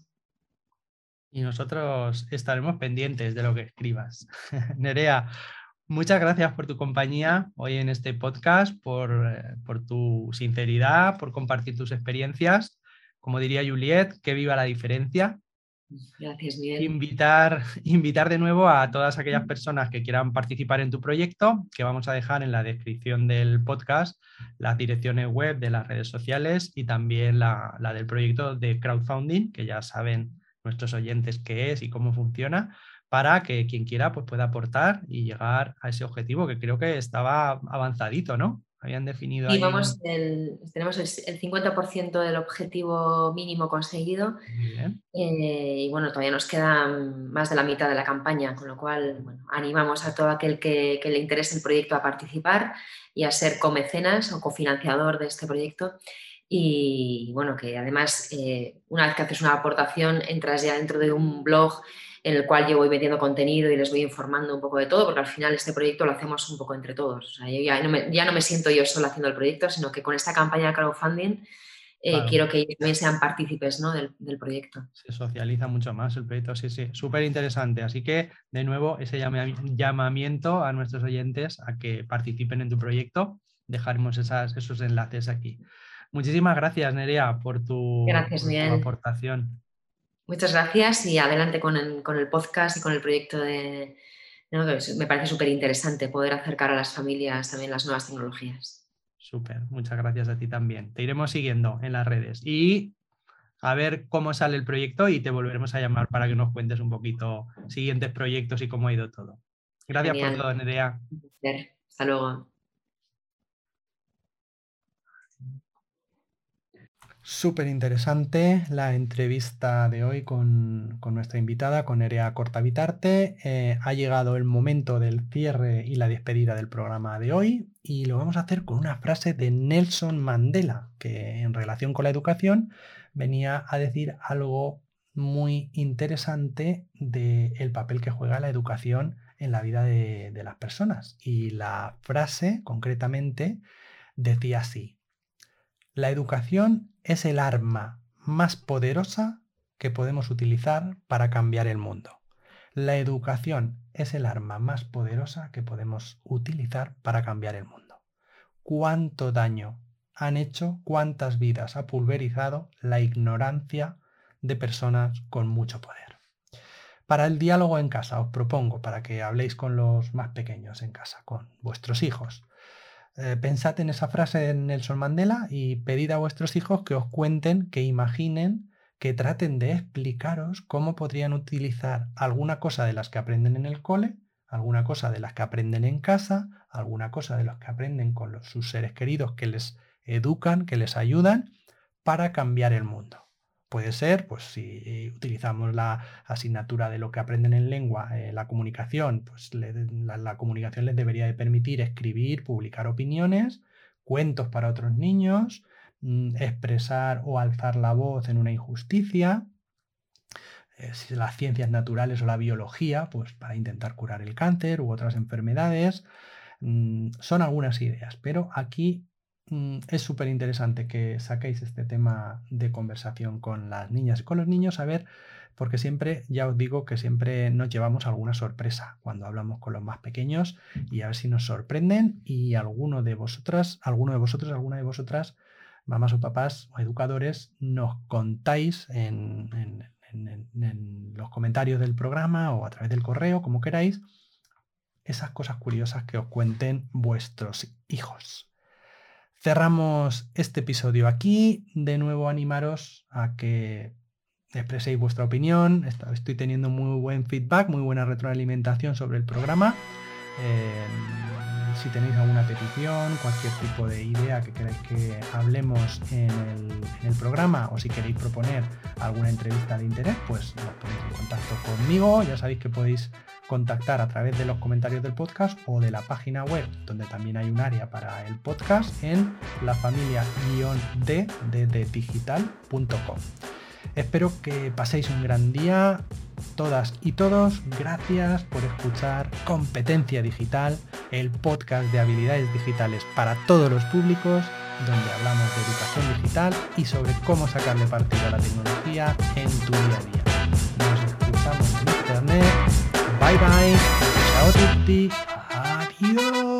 Y nosotros estaremos pendientes de lo que escribas. Nerea, muchas gracias por tu compañía hoy en este podcast, por, eh, por tu sinceridad, por compartir tus experiencias. Como diría Juliet, que viva la diferencia. Gracias, Miguel. Invitar, invitar de nuevo a todas aquellas personas que quieran participar en tu proyecto, que vamos a dejar en la descripción del podcast las direcciones web de las redes sociales y también la, la del proyecto de crowdfunding, que ya saben nuestros oyentes qué es y cómo funciona, para que quien quiera pues, pueda aportar y llegar a ese objetivo que creo que estaba avanzadito, ¿no? Habían definido Y ahí vamos, un... el- tenemos el, el cincuenta por ciento del objetivo mínimo conseguido. Muy bien. Eh, y bueno, todavía nos queda más de la mitad de la campaña, con lo cual bueno, animamos a todo aquel que, que le interese el proyecto a participar y a ser comecenas o cofinanciador de este proyecto. Y bueno, que además, eh, una vez que haces una aportación, entras ya dentro de un blog en el cual yo voy metiendo contenido y les voy informando un poco de todo, porque al final este proyecto lo hacemos un poco entre todos. O sea, yo ya no me, ya no me siento yo sola haciendo el proyecto, sino que con esta campaña de crowdfunding eh, Claro. quiero que ellos también sean partícipes, ¿no? del, del proyecto. Se socializa mucho más el proyecto, sí, sí, súper interesante. Así que, de nuevo, ese llama- llamamiento a nuestros oyentes a que participen en tu proyecto. Dejaremos esas, esos enlaces aquí. Muchísimas gracias, Nerea, por tu, Gracias, por tu Miguel. aportación. Muchas gracias y adelante con el, con el podcast y con el proyecto de... ¿no? Me parece súper interesante poder acercar a las familias también las nuevas tecnologías. Súper, muchas gracias a ti también. Te iremos siguiendo en las redes y a ver cómo sale el proyecto y te volveremos a llamar para que nos cuentes un poquito siguientes proyectos y cómo ha ido todo. Gracias por Genial. todo, Nerea. Hasta luego. Súper interesante la entrevista de hoy con, con nuestra invitada, con Nerea Cortavitarte. Eh, ha llegado el momento del cierre y la despedida del programa de hoy y lo vamos a hacer con una frase de Nelson Mandela, que en relación con la educación venía a decir algo muy interesante del papel que juega la educación en la vida de, de las personas. Y la frase, concretamente, decía así: la educación es el arma más poderosa que podemos utilizar para cambiar el mundo. La educación es el arma más poderosa que podemos utilizar para cambiar el mundo. ¿Cuánto daño han hecho, cuántas vidas ha pulverizado la ignorancia de personas con mucho poder? Para el diálogo en casa os propongo, para que habléis con los más pequeños en casa, con vuestros hijos, Eh, pensad en esa frase de Nelson Mandela y pedid a vuestros hijos que os cuenten, que imaginen, que traten de explicaros cómo podrían utilizar alguna cosa de las que aprenden en el cole, alguna cosa de las que aprenden en casa, alguna cosa de las que aprenden con los, sus seres queridos que les educan, que les ayudan, para cambiar el mundo. Puede ser, pues si utilizamos la asignatura de lo que aprenden en lengua, eh, la comunicación, pues le, la, la comunicación les debería de permitir escribir, publicar opiniones, cuentos para otros niños, mmm, expresar o alzar la voz en una injusticia, eh, si las ciencias naturales o la biología, pues para intentar curar el cáncer u otras enfermedades. Mmm, son algunas ideas, pero aquí es súper interesante que saquéis este tema de conversación con las niñas y con los niños, a ver, porque siempre, ya os digo que siempre nos llevamos alguna sorpresa cuando hablamos con los más pequeños y a ver si nos sorprenden y alguno de vosotras, alguno de vosotros, alguna de vosotras, mamás o papás o educadores, nos contáis en, en, en, en los comentarios del programa o a través del correo, como queráis, esas cosas curiosas que os cuenten vuestros hijos. Cerramos este episodio aquí. De nuevo animaros a que expreséis vuestra opinión. Estoy teniendo muy buen feedback, muy buena retroalimentación sobre el programa. Eh, si tenéis alguna petición, cualquier tipo de idea que queráis que hablemos en el, en el programa o si queréis proponer alguna entrevista de interés, pues os ponéis en contacto conmigo. Ya sabéis que podéis contactar a través de los comentarios del podcast o de la página web, donde también hay un área para el podcast, en la familia D de digital punto com. Espero que paséis un gran día, todas y todos. Gracias por escuchar Competencia Digital, el podcast de habilidades digitales para todos los públicos, donde hablamos de educación digital y sobre cómo sacarle partido a la tecnología en tu día a día. Nos escuchamos en internet. Bye bye. Chao tutti. Adiós.